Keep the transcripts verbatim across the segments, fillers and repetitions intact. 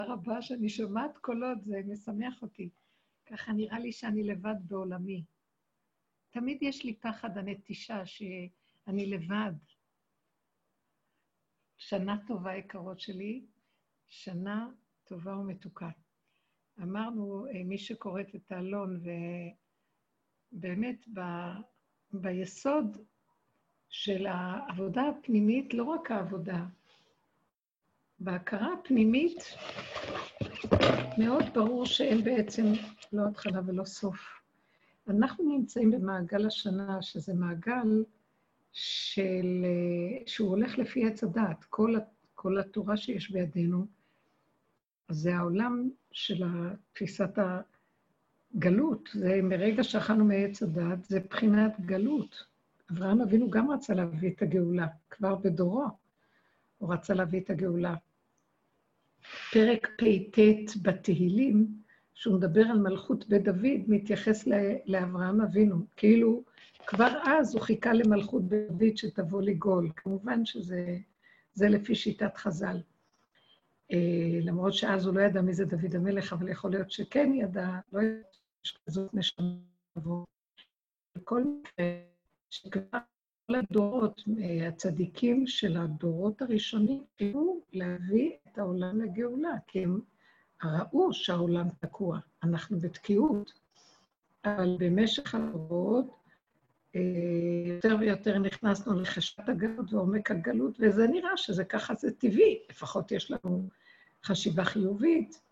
רבה שאני שומעת קולות, זה משמח אותי. ככה נראה לי שאני לבד בעולמי. תמיד יש לי פחד הנטישה שאני לבד. שנה טובה יקרות שלי, שנה טובה ומתוקה. אמרנו, מי שקוראת את האלון, ובאמת ב... ביסוד של העבודה הפנימית, לא רק העבודה, בהכרה הפנימית, מאוד ברור שאין בעצם לא התחלה ולא סוף. אנחנו נמצאים במעגל השנה, שזה מעגל של, שהוא הולך לפי עץ הדעת. כל, כל התורה שיש בידינו, זה העולם של תפיסת הגלות. זה מרגע שאכלנו מעץ הדעת, זה בחינת גלות. אברהם אבינו גם רצה להביא את הגאולה, כבר בדורו הוא רצה להביא את הגאולה. פרק פ"ט בתהילים, שהוא מדבר על מלכות בית דוד, מתייחס לאברהם אבינו. כאילו, כבר אז הוא חיכה למלכות בית דוד שתבוא לגאול. כמובן שזה זה לפי שיטת חז"ל. למרות שאז הוא לא ידע מי זה דוד המלך, אבל יכול להיות שכן ידע, לא ידע שכזאת נשמה תבוא. בכל מקרה, שכבר כל הדורות, הצדיקים של הדורות הראשונים, חיכו להביא את העולם לגאולה, כי הם ראו שהעולם תקוע, אנחנו בתקיעות, אבל במשך הדורות, יותר ויותר נכנסנו לחשת הגלות ועומק הגלות, וזה נראה שזה ככה, זה טבעי, לפחות יש לנו חשיבה חיובית,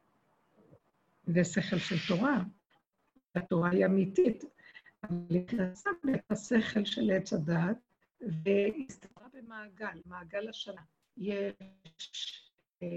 ושכל של תורה, התורה היא אמיתית, אבל נכנסה את השכל של עץ הדעת, והסתכלה במעגל, מעגל השנה. יש אה,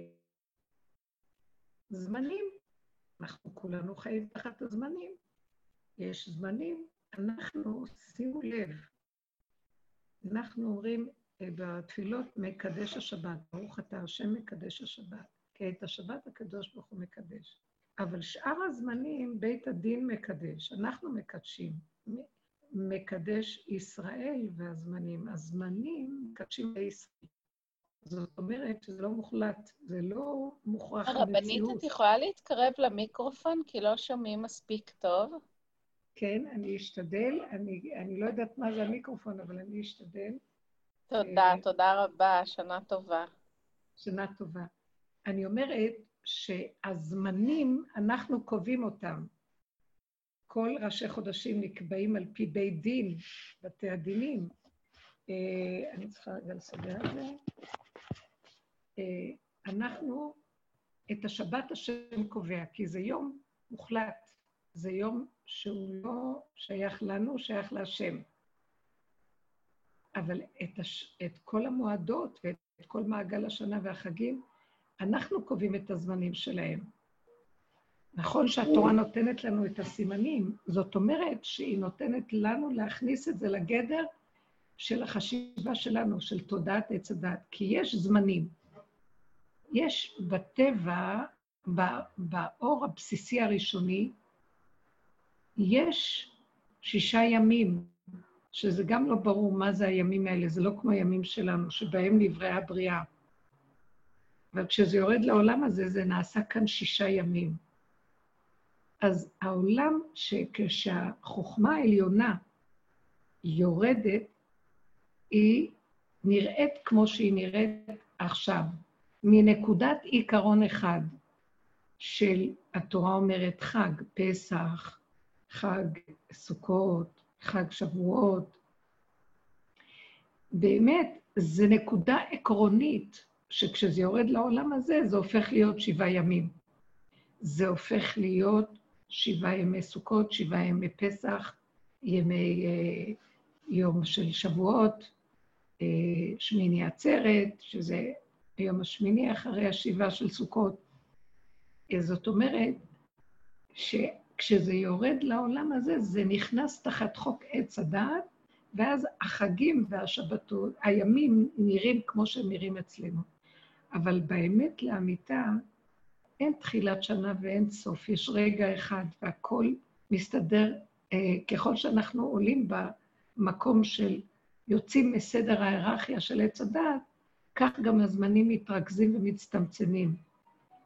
זמנים, אנחנו כולנו חיים תחת הזמנים, יש זמנים, אנחנו, שימו לב, אנחנו אומרים אה, בתפילות מקדש השבת, ברוך אתה השם מקדש השבת, כי את השבת הקדוש ברוך הוא מקדש. אבל שאר הזמנים בית הדין מקדש, אנחנו מקדשים, מקדש ישראל והזמנים, הזמנים מקדשים לישראל. זאת אומרת שזה לא מוחלט, זה לא מוכרח המציאות. הרבנית, את יכולה להתקרב למיקרופון כי לא שומעים מספיק טוב? כן, אני אשתדל, אני, אני לא יודעת מה זה המיקרופון, אבל אני אשתדל. תודה, תודה רבה, שנה טובה. שנה טובה. אני אומרת, שהזמנים, אנחנו קובעים אותם. כל ראשי חודשים נקבעים על פי בית דין, בתי הדינים. אני צריכה רגע לסדר את זה. אנחנו, את השבת השם קובע, כי זה יום מוחלט. זה יום שהוא לא שייך לנו, שייך להשם. אבל את, הש... את כל המועדות ואת כל מעגל השנה והחגים, אנחנו קובעים את הזמנים שלהם. נכון שהתורה נותנת לנו את הסימנים, זאת אומרת שהיא נותנת לנו להכניס את זה לגדר של החשיבה שלנו, של תודעת עץ הדת, כי יש זמנים. יש בטבע, באור הבסיסי הראשוני, יש שישה ימים, שזה גם לא ברור מה זה הימים האלה, זה לא כמו הימים שלנו, שבהם נבראה הבריאה. אבל כשזה יורד לעולם הזה, זה נעשה כאן שישה ימים. אז העולם שכשהחוכמה העליונה יורדת, היא נראית כמו שהיא נראית עכשיו, מנקודת עיקרון אחד של התורה אומרת חג, פסח, חג סוכות, חג שבועות. באמת, זה נקודה עקרונית, שכשזה יורד לעולם הזה, זה הופך להיות שבעה ימים. זה הופך להיות שבעה ימי סוכות, שבעה ימי פסח, ימי אה, יום של שבועות, אה, שמיני עצרת, שזה היום השמיני אחרי השבעה של סוכות. אה, זאת אומרת, שכשזה יורד לעולם הזה, זה נכנס תחת חוק עץ הדעת, ואז החגים והשבתות, הימים נראים כמו שהם נראים אצלנו. אבל באמת לאמיתה, אין תחילת שנה ואין סוף, יש רגע אחד והכל מסתדר, אה, ככל שאנחנו עולים במקום של יוצאים מסדר ההיררכיה של עץ הדעת, כך גם הזמנים מתרכזים ומצטמצמים.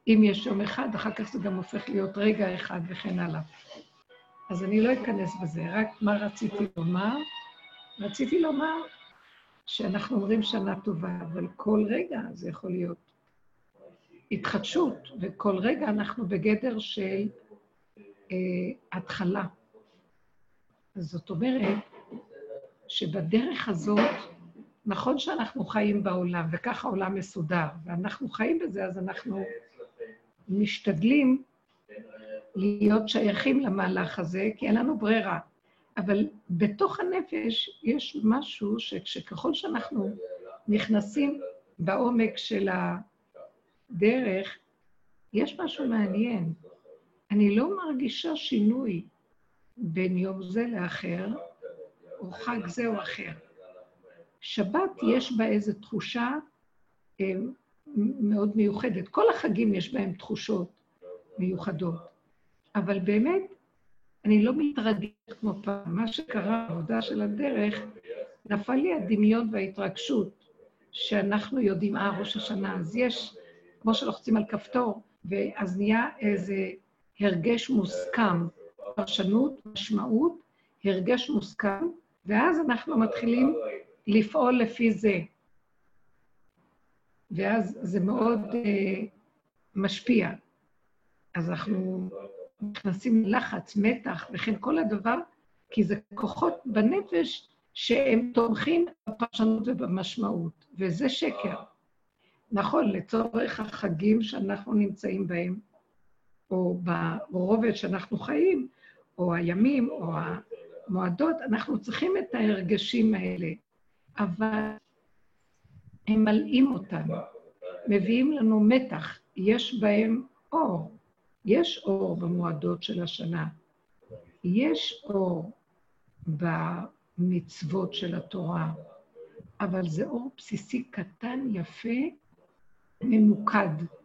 אם יש יום אחד, אחר כך זה גם הופך להיות רגע אחד וכן הלאה. אז אני לא אכנס בזה, רק מה רציתי לומר? רציתי לומר שאנחנו אומרים שנה טובה, אבל כל רגע זה יכול להיות התחדשות, וכל רגע אנחנו בגדר של אה, התחלה. אז זאת אומרת שבדרך הזאת, נכון שאנחנו חיים בעולם, וככה העולם מסודר, ואנחנו חיים בזה, אז אנחנו משתדלים להיות שייכים למהלך הזה, כי אין לנו ברירה. אבל בתוך הנפש יש משהו שככל שאנחנו נכנסים בעומק של הדרך, יש משהו מעניין. אני לא מרגישה שינוי בין יום זה לאחר, או חג זה או אחר. שבת יש בה איזו תחושה אה, מאוד מיוחדת. כל החגים יש בהם תחושות מיוחדות. אבל באמת, אני לא מתרגשת כמו פעם. מה שקרה בעבודה של הדרך, נפל לי הדמיון וההתרגשות, שאנחנו יודעים, אה, ראש השנה, אז יש, כמו שלוחצים על כפתור, ואז נהיה איזה הרגש מוסכם, פרשנות, משמעות, הרגש מוסכם, ואז אנחנו מתחילים לפעול לפי זה. ואז זה מאוד uh, משפיע. אז אנחנו נכנסים ללחץ, מתח, וכן כל הדבר, כי זה כוחות בנפש שהם תומכים בפרשנות ובמשמעות, וזה שקר. נכון, לצורך החגים שאנחנו נמצאים בהם, או ברובד שאנחנו חיים, או הימים, או המועדות, אנחנו צריכים את ההרגשים האלה, אבל הם מלאים אותנו, מביאים לנו מתח, יש בהם אור, יש אור במועדות של השנה, יש אור במצוות של התורה, אבל זה אור בסיסי קטן, יפה, ממוקד.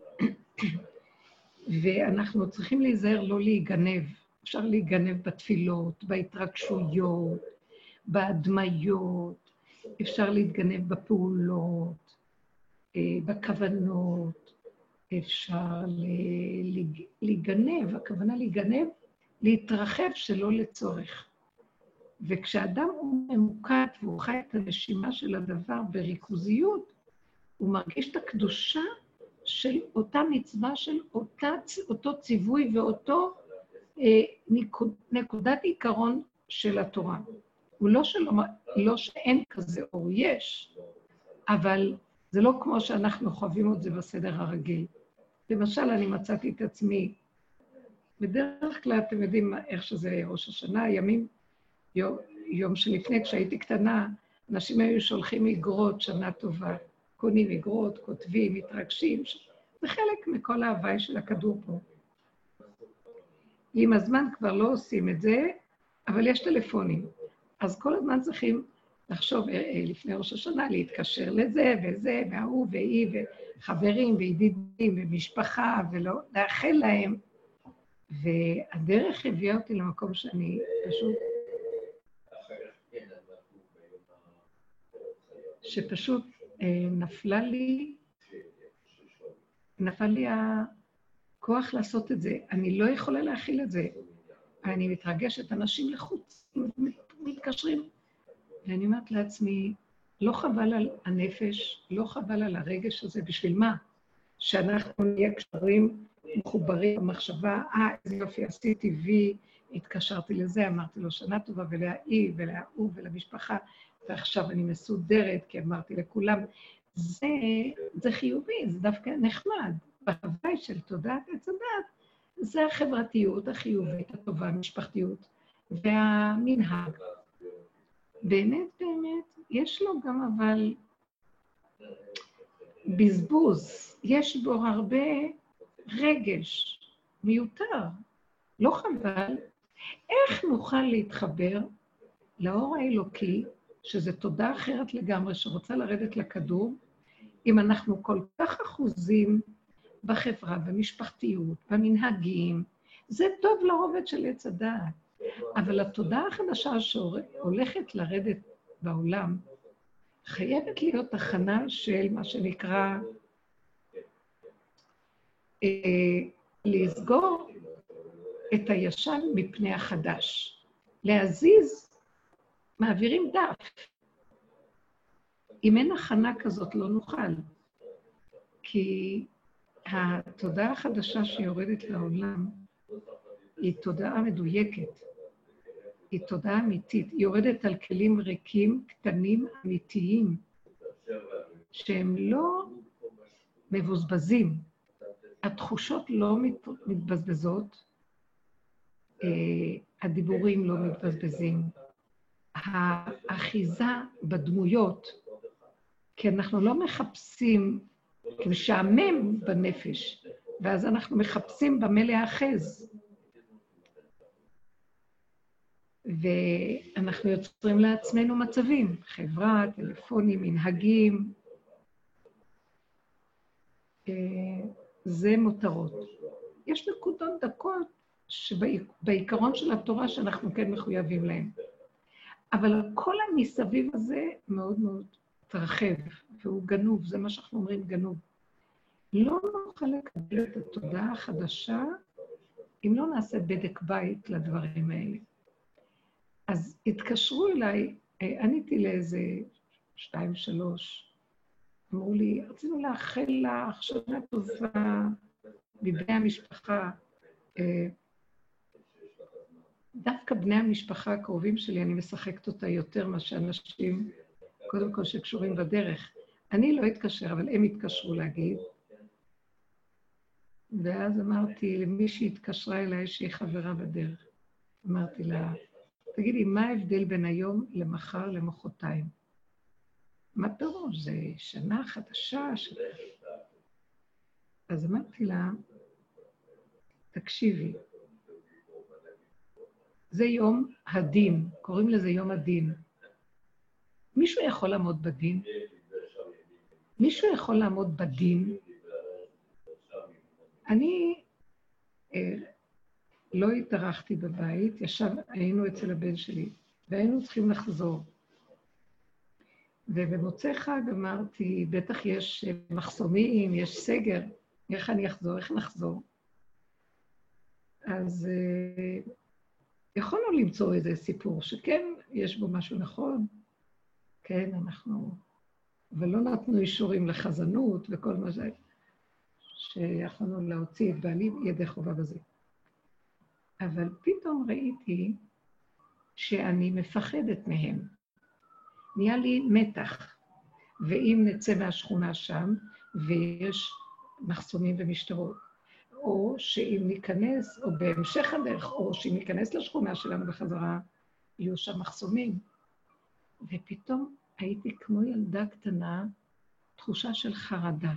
ואנחנו צריכים להיזהר לא להיגנב. אפשר להיגנב בתפילות, בהתרגשויות, בהדמיות, אפשר להתגנב בפעולות, בכוונות, אפשר להיגנב, הכוונה להיגנב, להתרחב שלא לצורך. וכשאדם הוא ממוקד והוא חי את הנשימה של הדבר בריכוזיות, הוא מרגיש את הקדושה של אותה מצווה, של אותה, אותו ציווי ואותו אה, נקוד, נקודת עיקרון של התורה. הוא לא, שלא, לא שאין כזה אור, יש, אבל זה לא כמו שאנחנו חווים את זה בסדר הרגיל. למשל, אני מצאתי את עצמי, בדרך כלל אתם יודעים איך שזה ראש השנה, ימים, יום, יום שלפני, כשהייתי קטנה, אנשים היו שולחים אגרות שנה טובה, קונים אגרות, כותבים, מתרגשים, זה חלק מכל ההוואי של הכדור פה. עם הזמן כבר לא עושים את זה, אבל יש טלפונים. אז כל הזמן צריכים לחשוב לפני ראש השנה, להתקשר לזה וזה, והוא והיא, וחברים וידידים ומשפחה, ולא לאחל להם. והדרך הביאה אותי למקום שאני פשוט, שפשוט נפלה לי, נפל לי הכוח לעשות את זה. אני לא יכולה להכיל את זה. אני מתרגשת, אנשים לחוץ, מתקשרים. ואני אומרת לעצמי, לא חבל על הנפש, לא חבל על הרגש הזה, בשביל מה? שאנחנו נהיה קשרים מחוברים במחשבה, אה, איזה יופי, עשיתי וי, התקשרתי לזה, אמרתי לו שנה טובה, ולהאי, ולהאו, ולמשפחה, ועכשיו אני מסודרת, כי אמרתי לכולם, זה, זה חיובי, זה דווקא נחמד. בהווי של תודעת עץ הדת, זה החברתיות החיובית, הטובה, המשפחתיות, והמנהג. באמת, באמת, יש לו גם אבל בזבוז, יש בו הרבה רגש מיותר, לא חבל. איך נוכל להתחבר לאור האלוקי, שזה תודה אחרת לגמרי, שרוצה לרדת לכדור, אם אנחנו כל כך אחוזים בחברה, במשפחתיות, במנהגים, זה טוב לרובד של עץ הדעת. אבל התודעה החדשה שהולכת לרדת בעולם, חייבת להיות הכנה של מה שנקרא אה, לסגור את הישן מפני החדש. להזיז, מעבירים דף. אם אין הכנה כזאת לא נוכל, כי התודעה החדשה שיורדת לעולם היא תודעה מדויקת, היא תודעה אמיתית, היא יורדת על כלים ריקים, קטנים, אמיתיים, שהם לא מבוזבזים. התחושות לא מת, מתבזבזות, הדיבורים לא מתבזבזים, האחיזה בדמויות, כי אנחנו לא מחפשים, כי משעמם בנפש, ואז אנחנו מחפשים במה להאחז. ואנחנו יוצרים לעצמנו מצבים, חברה, טלפונים, מנהגים, זה מותרות. יש נקודות דקות שבעיקרון של התורה שאנחנו כן מחויבים להם. אבל כל המסביב הזה מאוד מאוד תרחב, והוא גנוב, זה מה שאנחנו אומרים גנוב. לא נוכל לקבל את התודעה החדשה אם לא נעשה בדק בית לדברים האלה. אז התקשרו אליי, עניתי לאיזה שתיים, שלוש, אמרו לי, רצינו לאחל לך שנה טובה מבני המשפחה. דווקא בני המשפחה הקרובים שלי, אני משחקת אותה יותר מה שאנשים, קודם כל שקשורים בדרך. אני לא אתקשר, אבל הם התקשרו להגיד. ואז אמרתי למי שהתקשרה אליי שהיא חברה בדרך. אמרתי לה, תגידי, מה ההבדל בין היום למחר למחרתיים? מה פירוש? זה שנה חדשה. ש... אז אמרתי לה, תקשיבי, זה יום הדין, קוראים לזה יום הדין. מישהו יכול לעמוד בדין? מישהו יכול לעמוד בדין? אני אה, לא התארחתי בבית, ישב, היינו אצל הבן שלי, והיינו צריכים לחזור. ובמוצאי חג אמרתי, בטח יש מחסומים, יש סגר, איך אני אחזור, איך נחזור? אז אה, יכולנו למצוא איזה סיפור שכן, יש בו משהו נכון, כן, אנחנו, ולא נתנו אישורים לחזנות וכל מה זה, שיכולנו להוציא את בעלי ידי חובה בזה. אבל פתאום ראיתי שאני מפחדת מהם. נהיה לי מתח, ואם נצא מהשכונה שם, ויש מחסומים ומשטרות, או שאם ניכנס, או בהמשך הדרך, או שאם ניכנס לשכונה שלנו בחזרה, יהיו שם מחסומים. ופתאום הייתי כמו ילדה קטנה, תחושה של חרדה.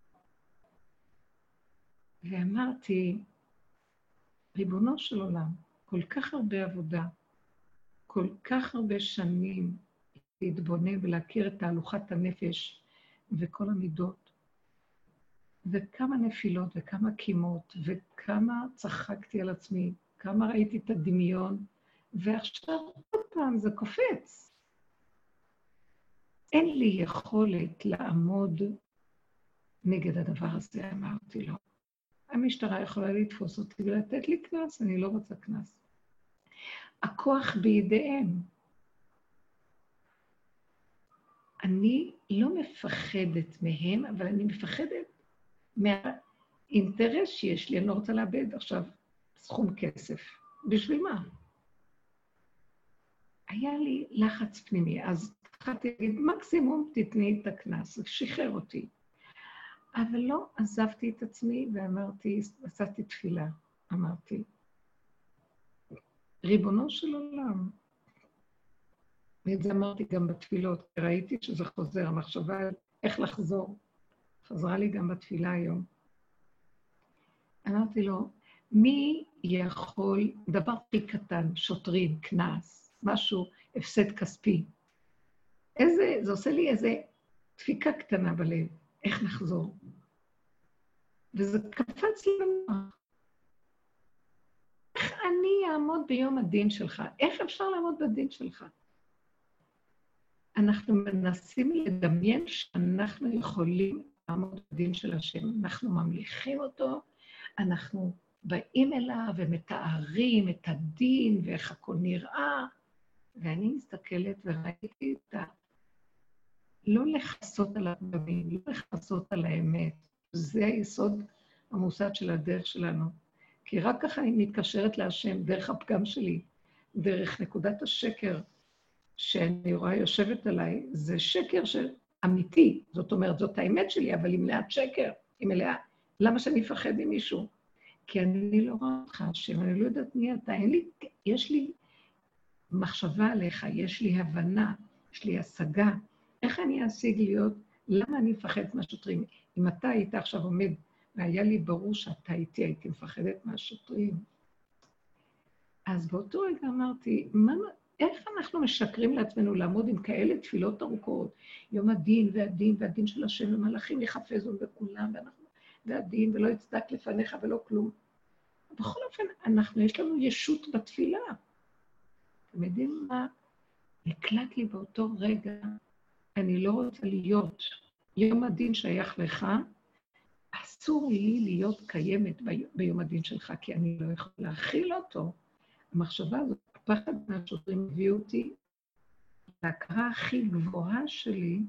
ואמרתי, ריבונו של עולם, כל כך הרבה עבודה, כל כך הרבה שנים להתבונן ולהכיר את תהלוכת הנפש וכל המידות, וכמה נפילות וכמה קימות, וכמה צחקתי על עצמי, כמה ראיתי את הדמיון, ועכשיו עוד פעם זה קופץ. אין לי יכולת לעמוד נגד הדבר הזה, אמרתי לו. המשטרה יכולה לתפוס אותי ולתת לי כנס, אני לא רוצה כנס. הכוח בידיהם. אני לא מפחדת מהם, אבל אני מפחדת מהאינטרס שיש לי, אני לא רוצה לאבד עכשיו סכום כסף. בשביל מה? היה לי לחץ פנימי, אז התחלתי להגיד, מקסימום תתני את הכנס, שחרר אותי. אבל לא עזבתי את עצמי ואמרתי, עשיתי תפילה, אמרתי, ריבונו של עולם, ואת זה אמרתי גם בתפילות, ראיתי שזה חוזר, המחשבה איך לחזור, חזרה לי גם בתפילה היום. אמרתי לו, מי יכול, דבר הכי קטן, שוטרים, כנס, משהו, הפסד כספי, איזה, זה עושה לי איזה דפיקה קטנה בלב, איך נחזור? וזה קפץ לי במוח. איך אני אעמוד ביום הדין שלך? איך אפשר לעמוד בדין שלך? אנחנו מנסים לדמיין שאנחנו יכולים לעמוד בדין של השם. אנחנו ממליכים אותו אנחנו באים אליו ומתארים את הדין ואיך הכל נראה, ואני מסתכלת וראיתי את ה... לא לחסות על הדברים, לא לחסות על האמת. זה היסוד המוסד של הדרך שלנו. כי רק ככה אני מתקשרת להשם, דרך הפגם שלי, דרך נקודת השקר שאני רואה יושבת עליי, זה שקר אמיתי. זאת אומרת, זאת האמת שלי, אבל היא מלאת שקר, היא מלאה. למה שאני אפחד ממישהו? כי אני לא רואה אותך, השם, אני לא יודעת מי אתה. אין לי, יש לי מחשבה עליך, יש לי הבנה, יש לי השגה. איך אני אשיג להיות? למה אני מפחדת מהשוטרים? אם אתה היית עכשיו עומד, והיה לי ברור שאתה איתי, הייתי מפחדת מהשוטרים. אז באותו רגע אמרתי, מה, איך אנחנו משקרים לעצמנו לעמוד עם כאלה תפילות ארוכות? יום הדין והדין והדין של השם ומלאכים יחפזו בכולם, ואנחנו, והדין ולא יצדק לפניך ולא כלום. בכל אופן, אנחנו, יש לנו ישות בתפילה. אתם יודעים מה? נקלט לי באותו רגע, אני לא רוצה להיות. יום הדין שייך לך, אסור לי להיות קיימת ביום הדין שלך, כי אני לא יכולה להכיל אותו. המחשבה הזאת, הפחד מהשוטרים הביאו אותי להכרה הכי גבוהה שלי,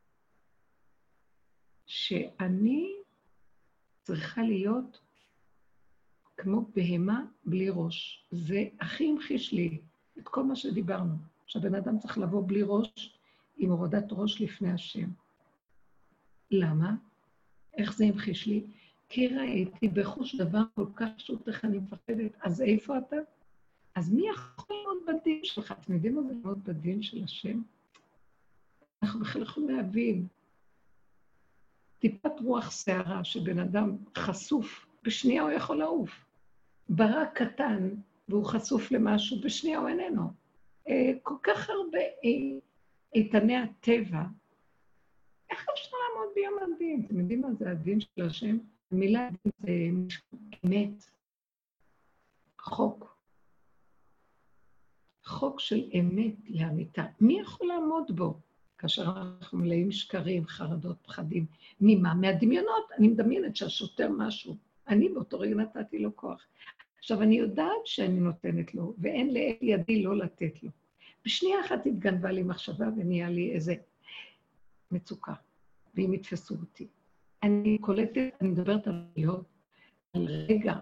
שאני צריכה להיות כמו בהמה בלי ראש. זה הכי המחיש לי את כל מה שדיברנו, שהבן אדם צריך לבוא בלי ראש, עם הורדת ראש לפני השם. למה? איך זה המחיש לי? כי ראיתי בחוש דבר כל כך פשוט איך אני מפחדת. אז איפה אתה? אז מי יכול לעמוד בדין שלך? אתם יודעים מה זה לעמוד בדין של השם? אנחנו בכלל יכולים להבין. טיפת רוח שערה שבן אדם חשוף, בשנייה הוא יכול לעוף. ברק קטן והוא חשוף למשהו, בשנייה הוא איננו. אה, כל כך הרבה אה, איתני הטבע, איך אפשר לעמוד ביום הדין? אתם יודעים מה זה הדין של השם? המילה דין זה אמת. חוק. חוק של אמת לאמיתה. מי יכול לעמוד בו? כאשר אנחנו מלאים שקרים, חרדות, פחדים. ממה? מהדמיונות. אני מדמיינת שהשוטר משהו. אני באותו רגע נתתי לו כוח. עכשיו, אני יודעת שאני נותנת לו, ואין לאל ידי לא לתת לו. בשנייה אחת התגנבה לי מחשבה ונהיה לי איזה מצוקה, והם יתפסו אותי. אני קולטת, אני מדברת על להיות, על רגע.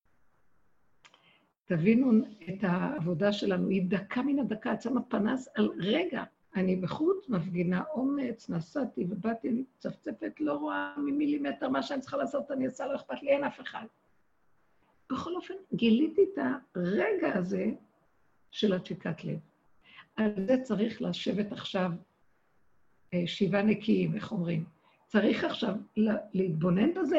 תבינו את העבודה שלנו, היא דקה מן הדקה, את שמה פנס על רגע. אני בחוץ, מפגינה אומץ, נסעתי ובאתי, אני צפצפת, לא רואה ממילימטר מה שאני צריכה לעשות, אני אעשה, לא אכפת לי, אין אף אחד. בכל אופן, גיליתי את הרגע הזה של הדפיקת לב. על זה צריך לשבת עכשיו שבעה נקיים, איך אומרים? צריך עכשיו להתבונן בזה,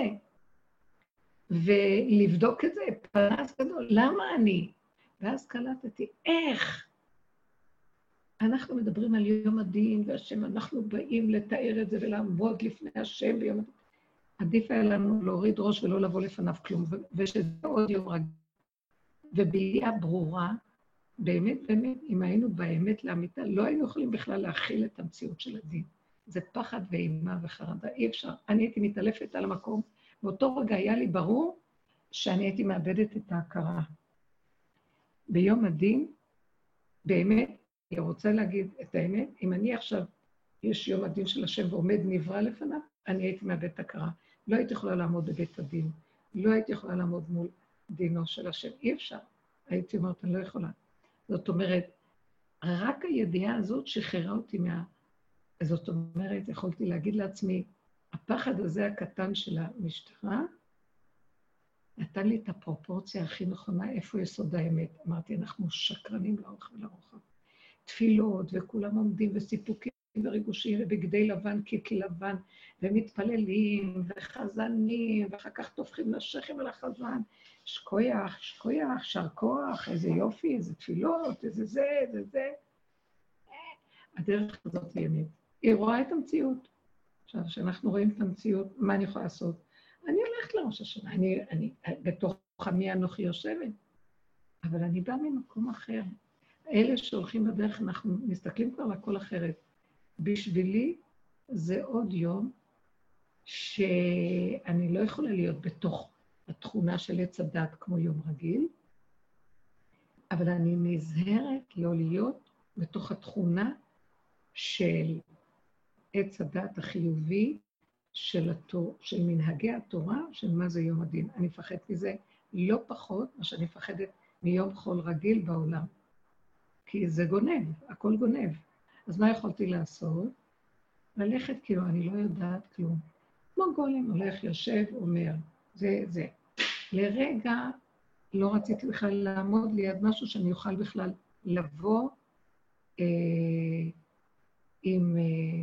ולבדוק את זה, פנס גדול, למה אני? ואז קלטתי, איך? אנחנו מדברים על יום הדין, והשם, אנחנו באים לתאר את זה ולעמוד לפני השם ביום הדין. עדיף היה לנו להוריד ראש ולא לבוא לפניו כלום, ושזה עוד יום רגיל. ובידיעה ברורה, באמת, באמת, אם היינו באמת לאמיתה, לא היינו יכולים בכלל להכיל את המציאות של הדין. זה פחד ואימה וחרדה, אי אפשר. אני הייתי מתעלפת על המקום, באותו רגע היה לי ברור שאני הייתי מאבדת את ההכרה. ביום הדין, באמת, אני רוצה להגיד את האמת, אם אני עכשיו, יש יום הדין של השם ועומד נברא לפניו, אני הייתי מאבד את ההכרה. לא הייתי יכולה לעמוד בבית הדין, לא הייתי יכולה לעמוד מול דינו של השם, אי אפשר. הייתי אומרת, אני לא יכולה. זאת אומרת, רק הידיעה הזאת שחררה אותי מה... זאת אומרת, יכולתי להגיד לעצמי, הפחד הזה הקטן של המשטרה, נתן לי את הפרופורציה הכי נכונה, איפה יסוד האמת. אמרתי, אנחנו שקרנים לאורך ולרוחב. תפילות, וכולם עומדים וסיפוקים וריגושים, ובגדי לבן, קיט לבן, ומתפללים, וחזנים, ואחר כך תופכים לשכם ולחזן. שקוייח, שקוייח, שר כוח, איזה יופי, איזה תפילות, איזה זה, איזה זה. הדרך הזאת היא אמת. היא רואה את המציאות. עכשיו, כשאנחנו רואים את המציאות, מה אני יכולה לעשות? אני הולכת לראש השנה, אני, אני בתוך עמי אנוכי יושבת, אבל אני באה ממקום אחר. אלה שהולכים בדרך, אנחנו מסתכלים כבר על הכל אחרת. בשבילי זה עוד יום שאני לא יכולה להיות בתוך התכונה של עץ הדת כמו יום רגיל, אבל אני נזהרת לא להיות בתוך התכונה של עץ הדת החיובי של, התור, של מנהגי התורה, של מה זה יום הדין. אני מפחד מזה לא פחות מה שאני מפחדת מיום חול רגיל בעולם. כי זה גונב, הכל גונב. אז מה יכולתי לעשות? ללכת כאילו, אני לא יודעת כלום. כמו גולם הולך, יושב, אומר, זה, זה. לרגע לא רציתי בכלל לעמוד ליד משהו שאני אוכל בכלל לבוא אה, עם אה,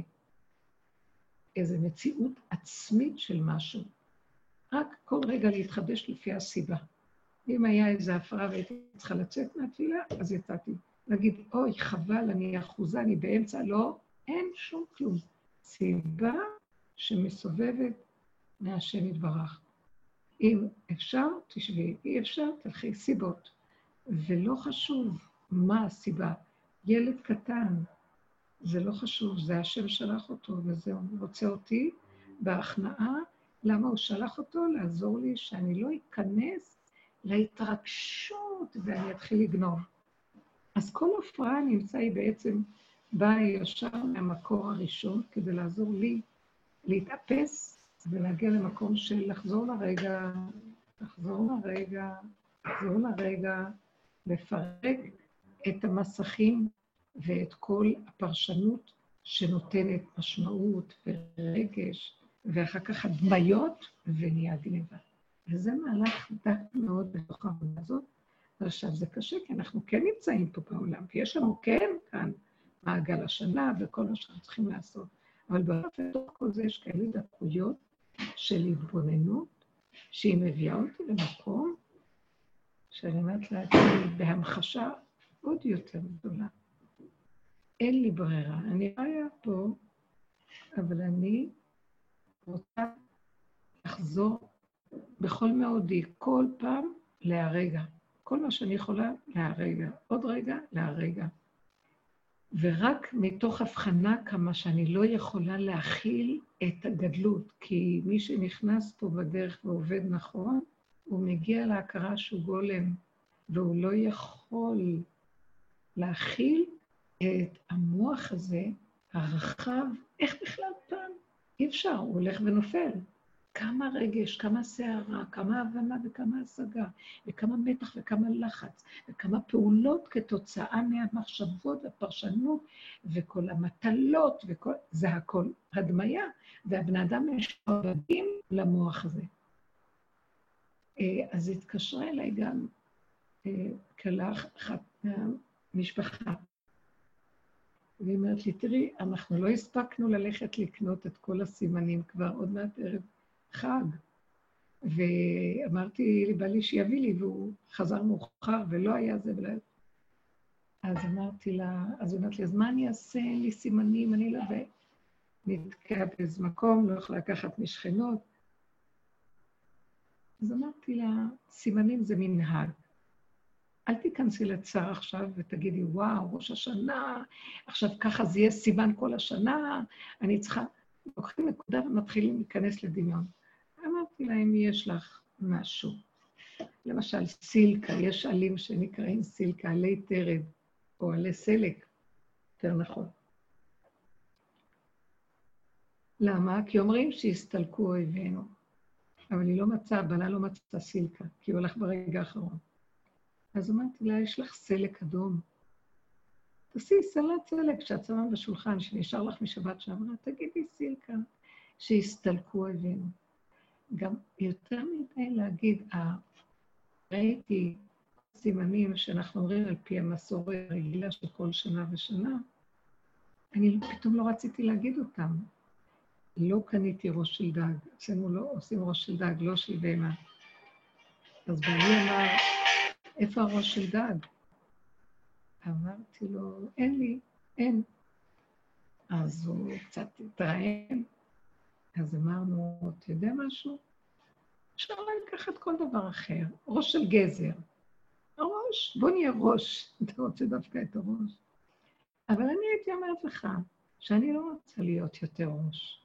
איזו מציאות עצמית של משהו. רק כל רגע להתחדש לפי הסיבה. אם היה איזו הפרה והייתי צריכה לצאת מהתפילה, אז יצאתי. להגיד, אוי, חבל, אני אחוזה, אני באמצע, לא, אין שום כלום. סיבה שמסובבת מהשם יתברך. אם אפשר, תשבי, אי אפשר, תלכי סיבות. ולא חשוב מה הסיבה. ילד קטן, זה לא חשוב, זה השם שלח אותו, וזהו, הוא רוצה אותי בהכנעה. למה הוא שלח אותו? לעזור לי שאני לא אכנס להתרגשות ואני אתחיל לגנוב. אז כל הפרעה נמצא היא בעצם באה ישר מהמקור הראשון, כדי לעזור לי להתאפס ולהגיע למקום של לחזור לרגע, לחזור לרגע, לחזור לרגע, לפרק את המסכים ואת כל הפרשנות שנותנת משמעות ורגש, ואחר כך הדמיות ונהיה גניבה. וזה מהלך דק מאוד בתוך העבודה הזאת. עכשיו זה קשה, כי אנחנו כן נמצאים פה בעולם, ויש לנו כן כאן מעגל השנה וכל מה שאנחנו צריכים לעשות. אבל בתוך כל זה יש כאלה דקויות של התבוננות, שהיא מביאה אותי למקום, שאני אומרת לעצמי בהמחשה עוד יותר גדולה. אין לי ברירה, אני חיה פה, אבל אני רוצה לחזור בכל מאודי, כל פעם להרגע. כל מה שאני יכולה להרגע, עוד רגע להרגע. ורק מתוך הבחנה כמה שאני לא יכולה להכיל את הגדלות, כי מי שנכנס פה בדרך ועובד נכון, הוא מגיע להכרה שהוא גולם, והוא לא יכול להכיל את המוח הזה, הרחב, איך בכלל פעם? אי אפשר, הוא הולך ונופל. כמה רגש, כמה שערה, כמה הבנה וכמה השגה, וכמה מתח וכמה לחץ, וכמה פעולות כתוצאה מהמחשבות והפרשנות, וכל המטלות, וכל... זה הכל הדמיה, והבני אדם משועבדים למוח הזה. אז התקשרה אליי גם כלה אחת מהמשפחה, והיא אומרת לי, תראי, אנחנו לא הספקנו ללכת לקנות את כל הסימנים כבר, עוד מעט ערב חג. ואמרתי לבעלי שיביא לי, והוא חזר מאוחר ולא היה זה ולא... אז אמרתי לה, אז היא אומרת לי, אז מה אני אעשה? אין לי סימנים, אני לא... ונתקע באיזה מקום, לא יכולה לקחת משכנות. אז אמרתי לה, סימנים זה מנהג. אל תיכנסי לצער עכשיו ותגידי, וואו, ראש השנה, עכשיו ככה זה יהיה סימן כל השנה, אני צריכה... לוקחים נקודה ומתחילים להיכנס לדמיון. אמרתי להם, יש לך משהו. למשל, סילקה, יש עלים שנקראים סילקה, עלי תרד, או עלי סלק, יותר נכון. למה? כי אומרים שהסתלקו אויבינו. אבל היא לא מצאה, הבנה לא מצאה סילקה, כי הוא הולך ברגע האחרון. אז אמרתי לה, יש לך סלק אדום. תעשי סלט סלק שאת שמה בשולחן, שנשאר לך משבת שעברה, תגידי סילקה, שהסתלקו אויבינו. גם יותר מדי להגיד, אה, ראיתי סימנים שאנחנו אומרים על פי המסורת הרגילה של כל שנה ושנה, אני פתאום לא רציתי להגיד אותם. לא קניתי ראש של דג, אצלנו לא עושים ראש של דג, לא של בהמה. אז בעלי אמר, איפה הראש של דג? אמרתי לו, אין לי, אין. אז הוא קצת התרעם. אז אמרנו, אתה יודע משהו? אפשר לקחת כל דבר אחר, ראש של גזר. הראש, בוא נהיה ראש, אתה רוצה דווקא את הראש. אבל אני הייתי אומרת לך, שאני לא רוצה להיות יותר ראש.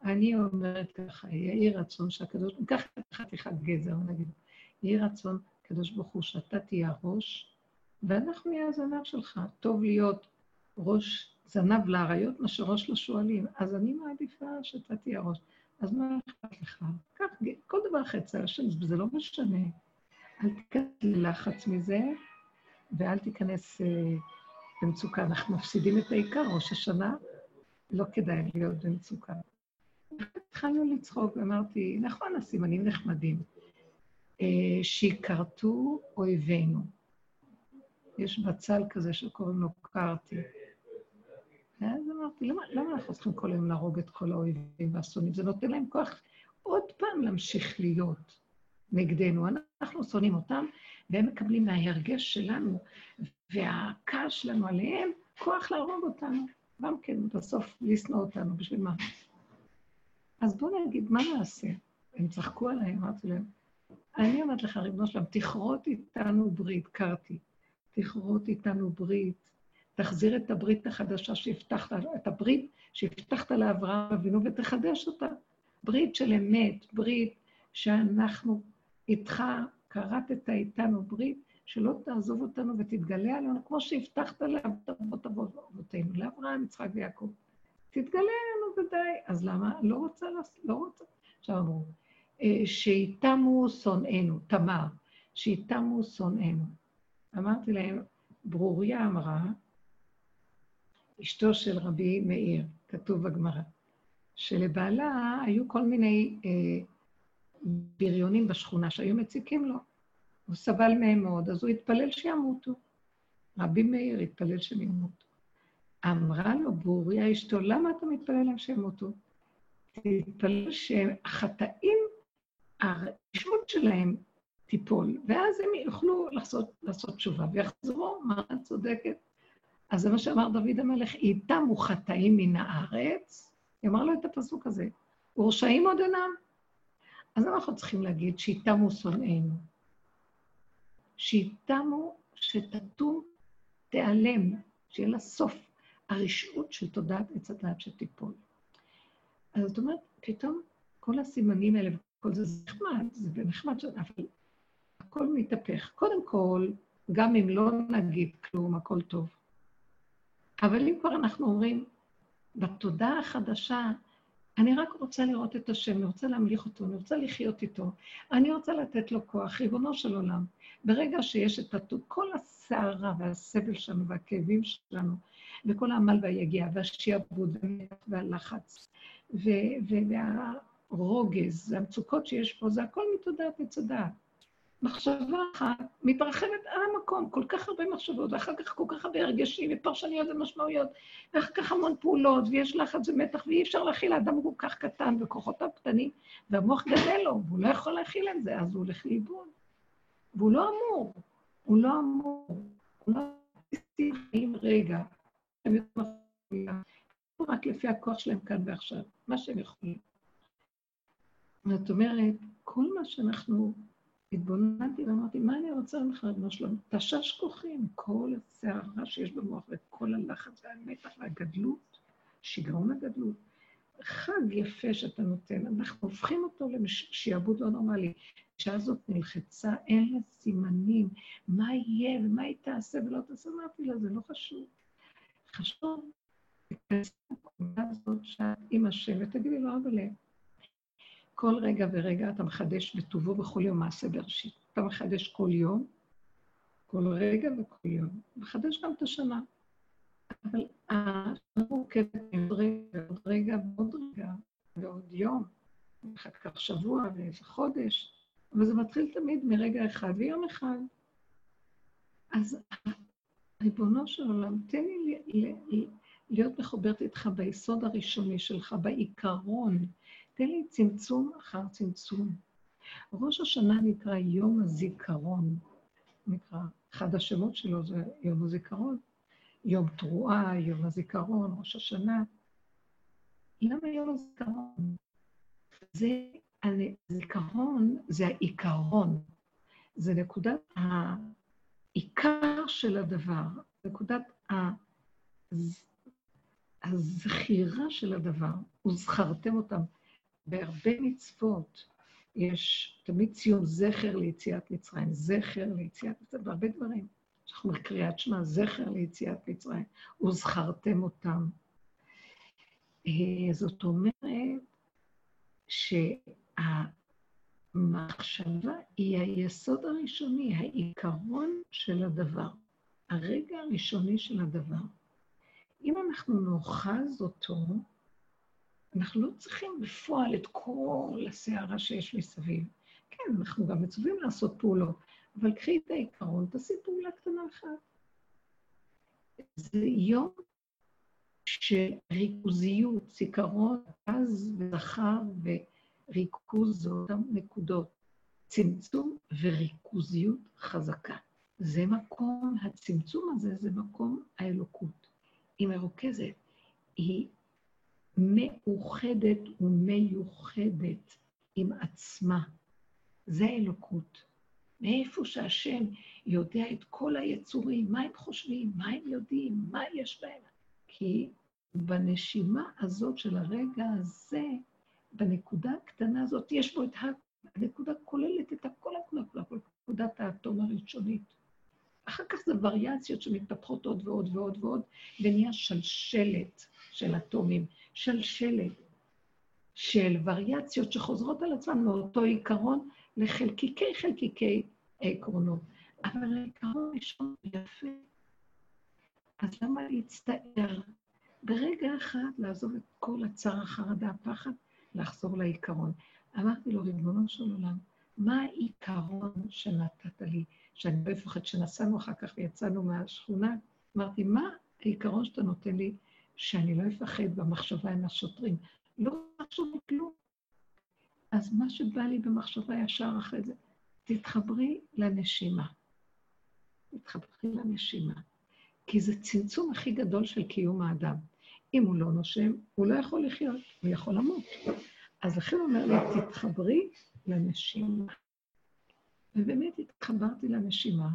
אני אומרת ככה, יהי רצון שהקדוש, ניקח את חתיכת גזר, נגיד, יהי רצון, הקדוש ברוך הוא, שאתה תהיה הראש, ואנחנו נהיה הזנב שלך. טוב להיות ראש זנב לאריות, מאשר ראש לשואלים. אז אני מעדיפה שאתה תהיה הראש. אז מה אכפת לך? כך, כל דבר חצה השם, זה לא משנה. אל תיכנס ללחץ מזה, ואל תיכנס אה, במצוקה. אנחנו מפסידים את העיקר, ראש השנה, לא כדאי להיות במצוקה. התחלנו לצחוק, ואמרתי, נכון, הסימנים נחמדים, אה, שיקרתו אויבינו. יש בצל כזה שקוראים לו קרתי. אז אמרתי, למה, למה אנחנו צריכים כל היום להרוג את כל האויבים והשונאים? זה נותן להם כוח עוד פעם להמשיך להיות נגדנו. אנחנו שונאים אותם, והם מקבלים מההרגש שלנו, והכעס שלנו עליהם, כוח להרוג אותנו. גם כן, בסוף לשנוא אותנו, בשביל מה? אז בואו נגיד, מה נעשה? הם צחקו עליהם, אמרתי להם, אני אומרת לך, ריבונו שלם, תכרות איתנו ברית, קרתי, תכרות איתנו ברית, תחזיר את הברית החדשה שהבטחת, את הברית שהבטחת לאברהם אבינו ותחדש אותה. ברית של אמת, ברית שאנחנו איתך, קראת איתנו ברית, שלא תעזוב אותנו ותתגלה עלינו, כמו שהבטחת לאבות אבותינו, לאברהם, יצחק ויעקב. תתגלה עלינו ודי. אז למה? לא רוצה, לא רוצה. עכשיו אמרו, שאיתמו שונאינו, תמר, שאיתמו שונאינו. אמרתי להם, ברוריה אמרה, אשתו של רבי מאיר, כתוב בגמרא, שלבעלה היו כל מיני אה, בריונים בשכונה שהיו מציקים לו. הוא סבל מהם מאוד, אז הוא התפלל שימותו. רבי מאיר התפלל שהם ימותו. אמרה לו ברוריה אשתו, למה אתה מתפלל להם שימותו? תתפלל שהחטאים, הרשמות שלהם תיפול, ואז הם יוכלו לעשות, לעשות תשובה, ויחזרו, מה צודקת. אז זה מה שאמר דוד המלך, איתם חטאים מן הארץ, היא אמרה לו את הפסוק הזה, ורשעים עוד אינם. אז אנחנו צריכים להגיד שאיתמו שונאינו, שאיתמו שתתום תיעלם, שיהיה לה סוף הרשעות של תודעת עץ הדעת שתיפול. אז זאת אומרת, פתאום כל הסימנים האלה, וכל זה, זה נחמד, זה נחמד, אבל הכל מתהפך. קודם כל, גם אם לא נגיד כלום, הכל טוב. אבל אם כבר אנחנו אומרים, בתודעה החדשה, אני רק רוצה לראות את השם, אני רוצה להמליך אותו, אני רוצה לחיות איתו, אני רוצה לתת לו כוח, ריבונו של עולם. ברגע שיש את כל הסערה והסבל שלנו והכאבים שלנו, וכל העמל והיגיעה והשיעבוד והלחץ, והרוגז, והמצוקות שיש פה, זה הכל מתודעת עץ הדעת. מחשבה אחת מתרחבת על המקום, כל כך הרבה מחשבות, ואחר כך כל כך הרבה הרגשים ופרשניות ומשמעויות, ואחר כך המון פעולות, ויש לחץ ומתח, ואי אפשר להכיל, האדם הוא כל כך קטן וכוחותיו קטנים, והמוח גדל לו, והוא לא יכול להכיל את זה, אז הוא הולך לאיבוד. והוא לא אמור, הוא לא אמור, הוא לא אמור רגע, הם יכולים, רק לפי הכוח שלהם כאן ועכשיו, מה שהם יכולים. זאת אומרת, כל מה שאנחנו התבוננתי ואמרתי, מה אני רוצה ממך, ריבונו שלום? תשש כוחים, כל הסערה שיש במוח וכל הלחץ והמתח והגדלות, שיגעון הגדלות. חג יפה שאתה נותן, אנחנו הופכים אותו לשיעבוד לא נורמלי. האישה הזאת נלחצה, אין לה סימנים, מה יהיה ומה היא תעשה ולא תעשה, אמרתי לה, זה לא חשוב. חשוב, תכנסה את הזאת שאת עם השם ותגידי לו, אבל כל רגע ורגע אתה מחדש בטובו בכל יום מעשה בראשית. אתה מחדש כל יום, כל רגע וכל יום. מחדש גם את השנה. אבל השנה מורכבת עוד רגע, עוד רגע ועוד רגע, ועוד יום, ואחר כך שבוע ואיזה חודש, אבל זה מתחיל תמיד מרגע אחד ויום אחד. אז ריבונו של עולם, תן לי להיות מחוברת איתך ביסוד הראשוני שלך, בעיקרון, תן לי צמצום אחר צמצום. ראש השנה נקרא יום הזיכרון. נקרא, אחד השמות שלו זה יום הזיכרון. יום תרועה, יום הזיכרון, ראש השנה. למה יום הזיכרון? זה, הזיכרון זה העיקרון. זה נקודת העיקר של הדבר. נקודת הזכירה של הדבר, וזכרתם אותם. בהרבה מצוות יש תמיד ציון זכר ליציאת מצרים, זכר ליציאת מצרים, בהרבה דברים. אנחנו מקריאת שמע, זכר ליציאת מצרים, וזכרתם אותם. זאת אומרת שהמחשבה היא היסוד הראשוני, העיקרון של הדבר, הרגע הראשוני של הדבר. אם אנחנו נאחז אותו, אנחנו לא צריכים בפועל את כל הסערה שיש מסביב. כן, אנחנו גם מצווים לעשות פעולות, אבל קחי את העיקרון, תעשי פעולה קטנה אחת. זה יום של ריכוזיות, זיכרון, אז וזכר וריכוז, זה אותם נקודות. צמצום וריכוזיות חזקה. זה מקום, הצמצום הזה זה מקום האלוקות. היא מרוכזת, היא מאוחדת ומיוחדת עם עצמה. זה אלוקות. מאיפה שהשם יודע את כל היצורים, מה הם חושבים, מה הם יודעים, מה יש בהם. כי בנשימה הזאת של הרגע הזה, בנקודה הקטנה הזאת, יש בו את הנקודה כוללת את הכל הכול, נקודת האטום הראשונית. אחר כך זה וריאציות שמתפתחות עוד ועוד ועוד ועוד, ונהיה שלשלת של אטומים, שלשלת של וריאציות שחוזרות על עצמם מאותו עיקרון לחלקיקי חלקיקי העקרונות. אבל העיקרון ראשון יפה. אז למה להצטער? ברגע אחד לעזוב את כל הצער, החרדה, הפחד, לחזור לעיקרון. אמרתי לו, ריבונו של עולם, מה העיקרון שנתת לי? שאני לא אפחד שנסענו אחר כך ויצאנו מהשכונה. אמרתי, מה העיקרון שאתה נותן לי שאני לא אפחד במחשבה עם השוטרים? לא חשוב כלום. אז מה שבא לי במחשבה ישר אחרי זה, תתחברי לנשימה. תתחברי לנשימה. כי זה צמצום הכי גדול של קיום האדם. אם הוא לא נושם, הוא לא יכול לחיות, הוא יכול למות. אז לכן הוא אומר לי, תתחברי לנשימה. ובאמת התחברתי לנשימה,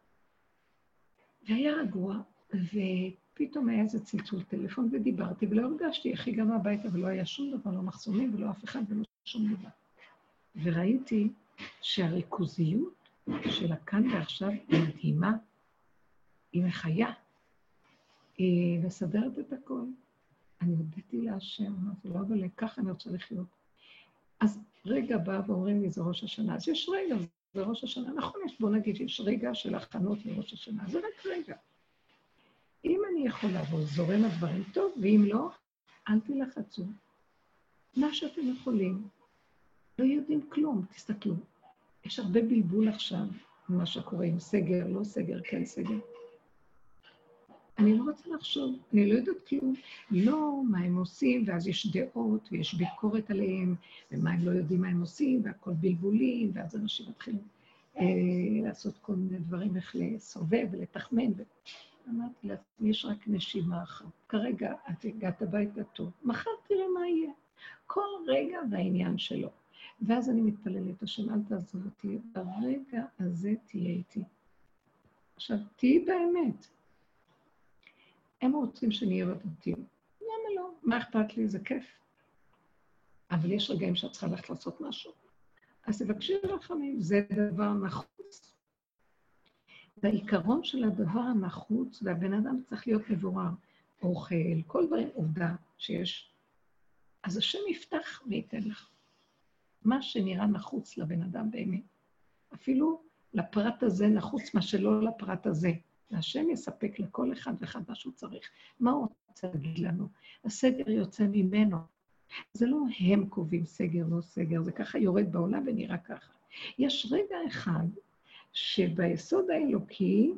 והיה רגוע, ופתאום היה איזה צלצול טלפון, ודיברתי, ולא הרגשתי, איך הגענו הביתה, ולא היה שום דבר, לא מחסומים, ולא אף אחד, ולא שום דבר. וראיתי שהריכוזיות של הכאן ועכשיו היא מדהימה, היא מחיה, היא מסדרת את הכל. אני הודיתי להשם, אמרתי לו, אבל ככה אני רוצה לחיות. אז רגע בא ואומרים לי, זה ראש השנה, אז יש רגע, זה ראש השנה, נכון, יש, בוא נגיד, יש רגע של הכנות לראש השנה, זה רק רגע. אם אני יכולה בו, זורם הדברים טוב, ואם לא, אל תלחצו. מה שאתם יכולים, לא יודעים כלום, תסתכלו. יש הרבה בלבול עכשיו, מה שקורה עם סגר, לא סגר, כן סגר. אני לא רוצה לחשוב, אני לא יודעת כלום, לא מה הם עושים, ואז יש דעות, ויש ביקורת עליהם, ומה הם לא יודעים מה הם עושים, והכל בלבולים, ואז אנשים מתחילים אה, לעשות כל מיני דברים, איך לסובב ולתחמן. ו... אמרתי לעצמי, יש רק נשימה אחת. כרגע את הגעת הביתה טוב, מחר תראה מה יהיה. כל רגע והעניין שלו. ואז אני מתפללת, השם, אל תעזוב אותי, ברגע הזה תהיה איתי. עכשיו, תהיי באמת. הם רוצים שנהיה בדתיים. למה לא? מה אכפת לי? זה כיף. אבל יש רגעים שאת צריכה ללכת לעשות משהו. אז תבקשי רחמים, זה דבר נחוץ. והעיקרון של הדבר הנחוץ, והבן אדם צריך להיות מבורר, אוכל, כל דברים, עובדה שיש. אז השם יפתח וייתן לך. מה שנראה נחוץ לבן אדם באמת. אפילו לפרט הזה נחוץ, מה שלא לפרט הזה. והשם יספק לכל אחד ואחד מה שהוא צריך. מה הוא רוצה להגיד לנו? הסגר יוצא ממנו. זה לא הם קובעים סגר, לא סגר, זה ככה יורד בעולם ונראה ככה. יש רגע אחד שביסוד האלוקי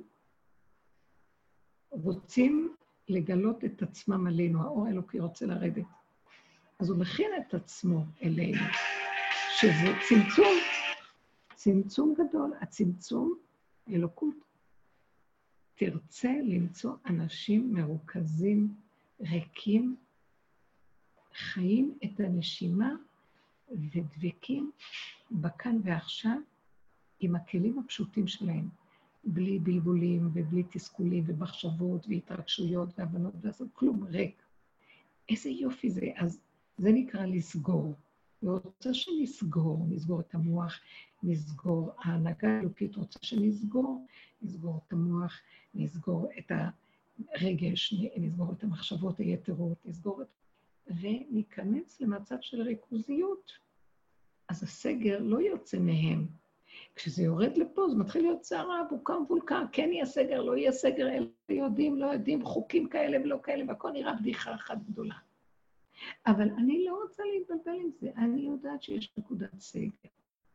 רוצים לגלות את עצמם עלינו, האור האלוקי רוצה לרדת. אז הוא מכין את עצמו אלינו, שזה צמצום, צמצום גדול, הצמצום אלוקות. תרצה למצוא אנשים מרוכזים, ריקים, חיים את הנשימה ודבקים בכאן ועכשיו עם הכלים הפשוטים שלהם, בלי בלבולים ובלי תסכולים ומחשבות והתרגשויות והבנות ועשות כלום ריק. איזה יופי זה. אז זה נקרא לסגור. רוצה שנסגור, נסגור את המוח, נסגור, ההנהגה האלוקית רוצה שנסגור, נסגור את המוח, נסגור את הרגש, נסגור את המחשבות היתרות, נסגור את... וניכנס למצב של ריכוזיות. אז הסגר לא יוצא מהם. כשזה יורד לפה, זה מתחיל להיות שערה, בוקה מבולקה, כן יהיה סגר, לא יהיה סגר, אלה יודעים, לא יודעים, חוקים כאלה ולא כאלה, והכל נראה בדיחה אחת גדולה. אבל אני לא רוצה להתבלבל עם זה, אני יודעת שיש נקודת סגר.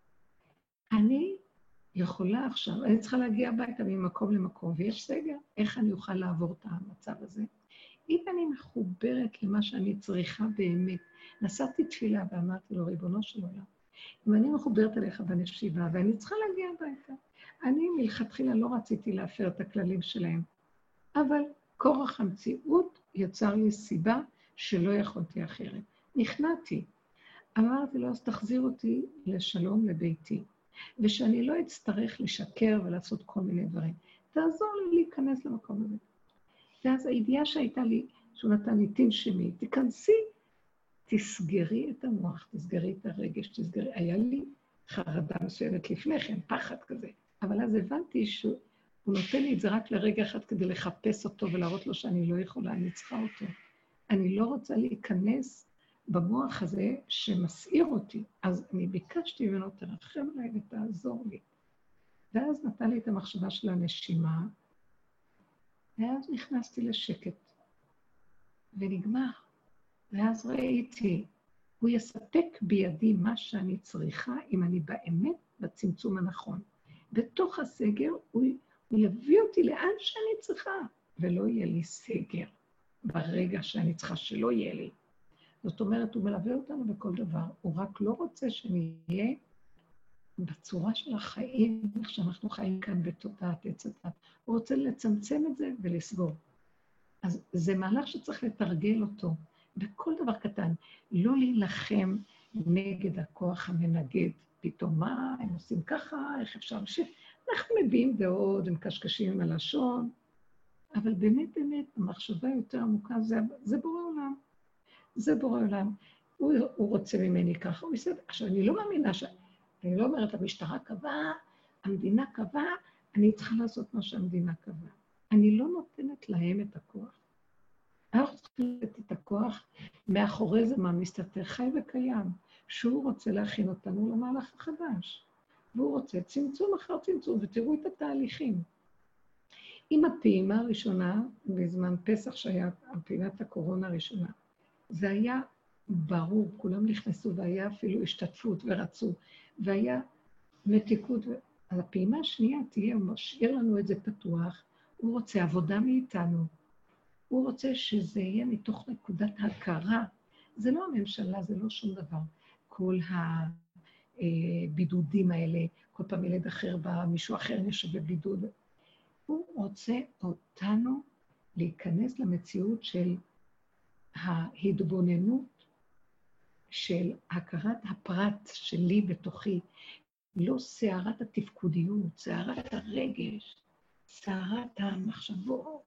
אני יכולה עכשיו, אני צריכה להגיע הביתה ממקום למקום, ויש סגר, איך אני אוכל לעבור את המצב הזה? אם אני מחוברת למה שאני צריכה באמת, נשאתי תפילה ואמרתי לו, ריבונו של עולם, אם אני מחוברת אליך בנשיבה, ואני צריכה להגיע הביתה, אני מלכתחילה לא רציתי להפר את הכללים שלהם, אבל כורח המציאות יצר לי סיבה שלא יכולתי אחרת. נכנעתי. אמרתי לו, אז תחזיר אותי לשלום לביתי, ושאני לא אצטרך לשקר ולעשות כל מיני דברים. תעזור לי להיכנס למקום הזה. ואז הידיעה שהייתה לי, שהוא נתן לי תנשמי, תיכנסי, תסגרי את המוח, תסגרי את הרגש, תסגרי. היה לי חרדה מסוימת לפני כן, פחד כזה. אבל אז הבנתי שהוא נותן לי את זה רק לרגע אחד כדי לחפש אותו ולהראות לו שאני לא יכולה, אני צריכה אותו. אני לא רוצה להיכנס במוח הזה שמסעיר אותי. אז אני ביקשתי ממנו, תרחם עליי ותעזור לי. ואז נתן לי את המחשבה של הנשימה, ואז נכנסתי לשקט, ונגמר. ואז ראיתי, הוא יספק בידי מה שאני צריכה, אם אני באמת בצמצום הנכון. בתוך הסגר, הוא, הוא יביא אותי לאן שאני צריכה, ולא יהיה לי סגר, ברגע שאני צריכה שלא יהיה לי. זאת אומרת, הוא מלווה אותנו בכל דבר, הוא רק לא רוצה שנהיה בצורה של החיים, איך שאנחנו חיים כאן בתודעת עץ הדת. הוא רוצה לצמצם את זה ולסגור. אז זה מהלך שצריך לתרגל אותו, בכל דבר קטן, לא להילחם נגד הכוח המנגד. פתאום מה, הם עושים ככה, איך אפשר ש... אנחנו מביאים דעות, הם קשקשים עם הלשון, אבל באמת, באמת, המחשבה יותר עמוקה, זה, זה בורא עולם. זה בורא עולם. הוא, הוא רוצה ממני ככה, הוא יסד... עכשיו, אני לא מאמינה ש... אני לא אומרת, המשטרה קבעה, המדינה קבעה, אני צריכה לעשות מה שהמדינה קבעה. אני לא נותנת להם את הכוח. אנחנו צריכים לתת את הכוח, מאחורי זה מה מסתתר חי וקיים, שהוא רוצה להכין אותנו למהלך החדש. והוא רוצה צמצום אחר צמצום, ותראו את התהליכים. עם הפעימה הראשונה, בזמן פסח שהיה פעימת הקורונה הראשונה, זה היה ברור, כולם נכנסו והיה אפילו השתתפות ורצו, והיה מתיקות. אז הפעימה השנייה תהיה, הוא משאיר לנו את זה פתוח, הוא רוצה עבודה מאיתנו, הוא רוצה שזה יהיה מתוך נקודת הכרה. זה לא הממשלה, זה לא שום דבר. כל הבידודים האלה, כל פעם ילד אחר בא, מישהו אחר נשב בבידוד. הוא רוצה אותנו להיכנס למציאות של ההתבוננות, של הכרת הפרט שלי בתוכי, לא סערת התפקודיות, סערת הרגש, סערת המחשבות,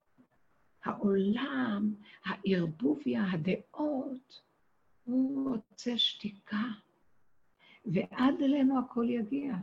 העולם, הערבוביה, הדעות, הוא רוצה שתיקה, ועד אלינו הכל יגיע.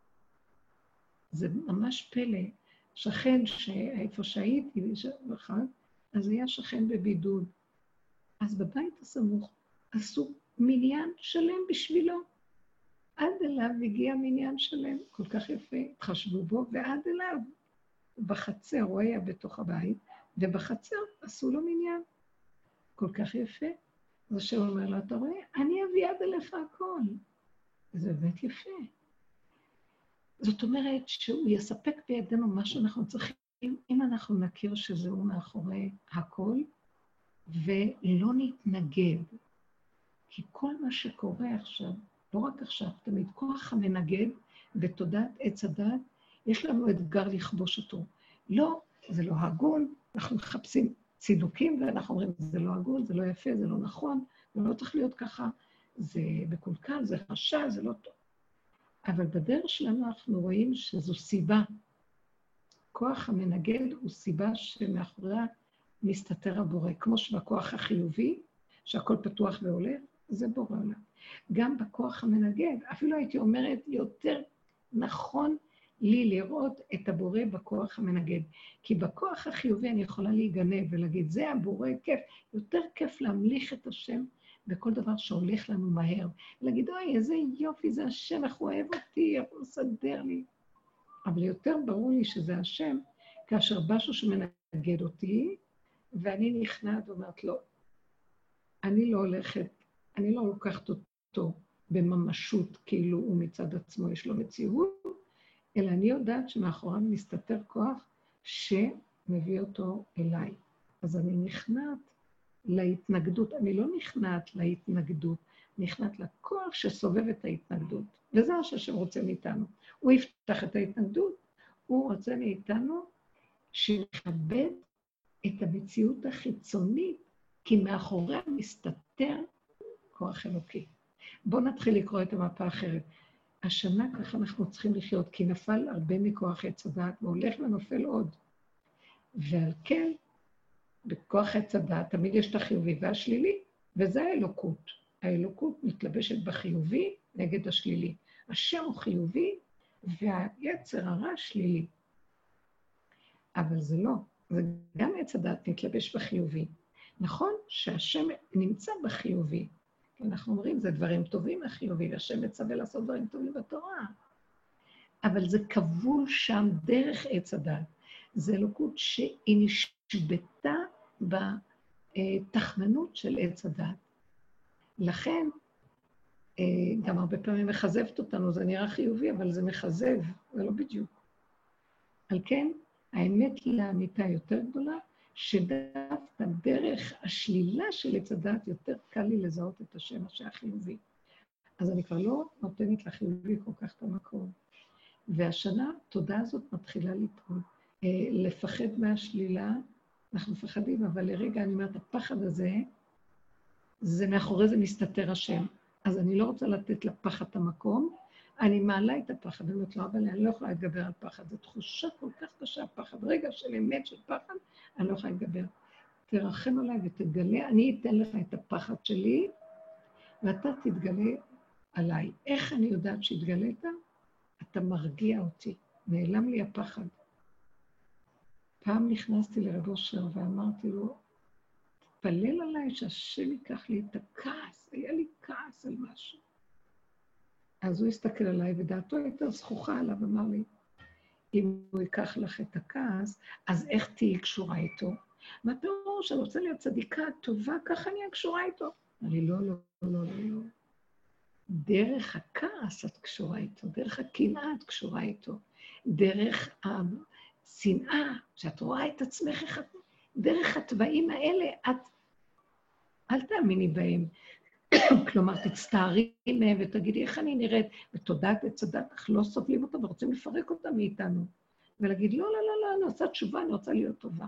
זה ממש פלא. שכן שאיפה שהייתי, אז היה שכן בבידוד. אז בבית הסמוך עשו מניין שלם בשבילו. עד אליו הגיע מניין שלם, כל כך יפה, התחשבו בו, ועד אליו, בחצר, הוא היה בתוך הבית, ובחצר עשו לו מניין. כל כך יפה. אז השם אומר לו, אתה רואה, אני אביא עד אליך הכל. זה באמת יפה. זאת אומרת שהוא יספק בידינו מה שאנחנו צריכים, אם אנחנו נכיר שזהו מאחורי הכל, ולא נתנגד. כי כל מה שקורה עכשיו, לא רק עכשיו, תמיד כוח המנגד בתודעת עץ הדת, יש לנו אתגר לכבוש אותו. לא, זה לא הגון, אנחנו מחפשים צידוקים, ואנחנו אומרים, זה לא הגון, זה לא יפה, זה לא נכון, זה לא צריך להיות ככה, זה בקולקל, זה רשע, זה לא טוב. אבל בדרך שלנו אנחנו רואים שזו סיבה. כוח המנגד הוא סיבה שמאחוריה מסתתר הבורא, כמו שבכוח החיובי, שהכל פתוח והולך, זה בורא עולם. גם בכוח המנגד, אפילו הייתי אומרת יותר נכון לי לראות את הבורא בכוח המנגד. כי בכוח החיובי אני יכולה להיגנב ולהגיד, זה הבורא, כיף. יותר כיף להמליך את השם בכל דבר שהולך לנו מהר. להגיד, אוי, איזה יופי, זה השם, איך הוא אוהב אותי, איך הוא מסדר לי. אבל יותר ברור לי שזה השם, כאשר משהו שמנגד אותי, ואני נכנעת ואומרת לו, אני לא הולכת, אני לא לוקחת אותו בממשות, כאילו הוא מצד עצמו, יש לו מציאות, אלא אני יודעת שמאחוריו מסתתר כוח שמביא אותו אליי. אז אני נכנעת להתנגדות, אני לא נכנעת להתנגדות, נכנעת לכוח שסובב את ההתנגדות. וזה מה שהשם רוצה מאיתנו. הוא יפתח את ההתנגדות, הוא רוצה מאיתנו שנכבד את המציאות החיצונית, כי מאחוריה מסתתר כוח אלוקי. בואו נתחיל לקרוא את המפה האחרת. השנה ככה אנחנו צריכים לחיות, כי נפל הרבה מכוח עץ הדעת, והולך ונופל עוד. ועל כן, בכוח עץ הדעת, תמיד יש את החיובי והשלילי, וזה האלוקות. האלוקות מתלבשת בחיובי נגד השלילי. השם הוא חיובי, והיצר הרע שלילי. אבל זה לא, זה גם עץ הדעת מתלבש בחיובי. נכון שהשם נמצא בחיובי, אנחנו אומרים, זה דברים טובים החיובי, והשם מצווה לעשות דברים טובים בתורה. אבל זה כבול שם דרך עץ הדעת. זה אלוקות שהיא נשבתה בתחמנות של עץ הדעת. לכן, גם הרבה פעמים מחזבת אותנו, זה נראה חיובי, אבל זה מחזב, זה לא בדיוק. על כן, האמת לאמיתה יותר גדולה, שדווקא דרך השלילה של עץ הדעת יותר קל לי לזהות את השם החיובי. אז אני כבר לא נותנת לחיובי כל כך את המקום. והשנה, תודה הזאת מתחילה ליפול. לפחד מהשלילה, אנחנו מפחדים, אבל לרגע אני אומרת, הפחד הזה, זה מאחורי זה מסתתר השם. אז אני לא רוצה לתת לפחד את המקום, אני מעלה את הפחד, אני אומרת לו, אבל אני לא יכולה להתגבר על פחד, זו תחושה כל כך קשה, הפחד, רגע של אמת של פחד, אני לא יכולה להתגבר. תרחם עליי ותגלה, אני אתן לך את הפחד שלי, ואתה תתגלה עליי. איך אני יודעת שהתגלית? אתה מרגיע אותי, נעלם לי הפחד. פעם נכנסתי לרב אושר ואמרתי לו, תתפלל עליי שהשם ייקח לי את הכעס, היה לי כעס על משהו. אז הוא הסתכל עליי, ודעתו הייתה זכוכה עליו, אמר לי, אם הוא ייקח לך את הכעס, אז איך תהיי קשורה איתו? מה פירוש? שאני רוצה להיות צדיקה טובה, ככה אני קשורה איתו. אמר לי, לא, לא, לא, לא, לא. דרך הכעס את קשורה איתו, דרך הקנאה את קשורה איתו, דרך השנאה, שאת רואה את עצמך, איך את... דרך הטבעים האלה, את... אל תאמיני בהם. כלומר, תצטערי מהם ותגידי איך אני נראית, ותודעת את צדת, אך לא סובלים אותה ורוצים לפרק אותה מאיתנו. ולהגיד, לא, לא, לא, לא, אני רוצה תשובה, אני רוצה להיות טובה.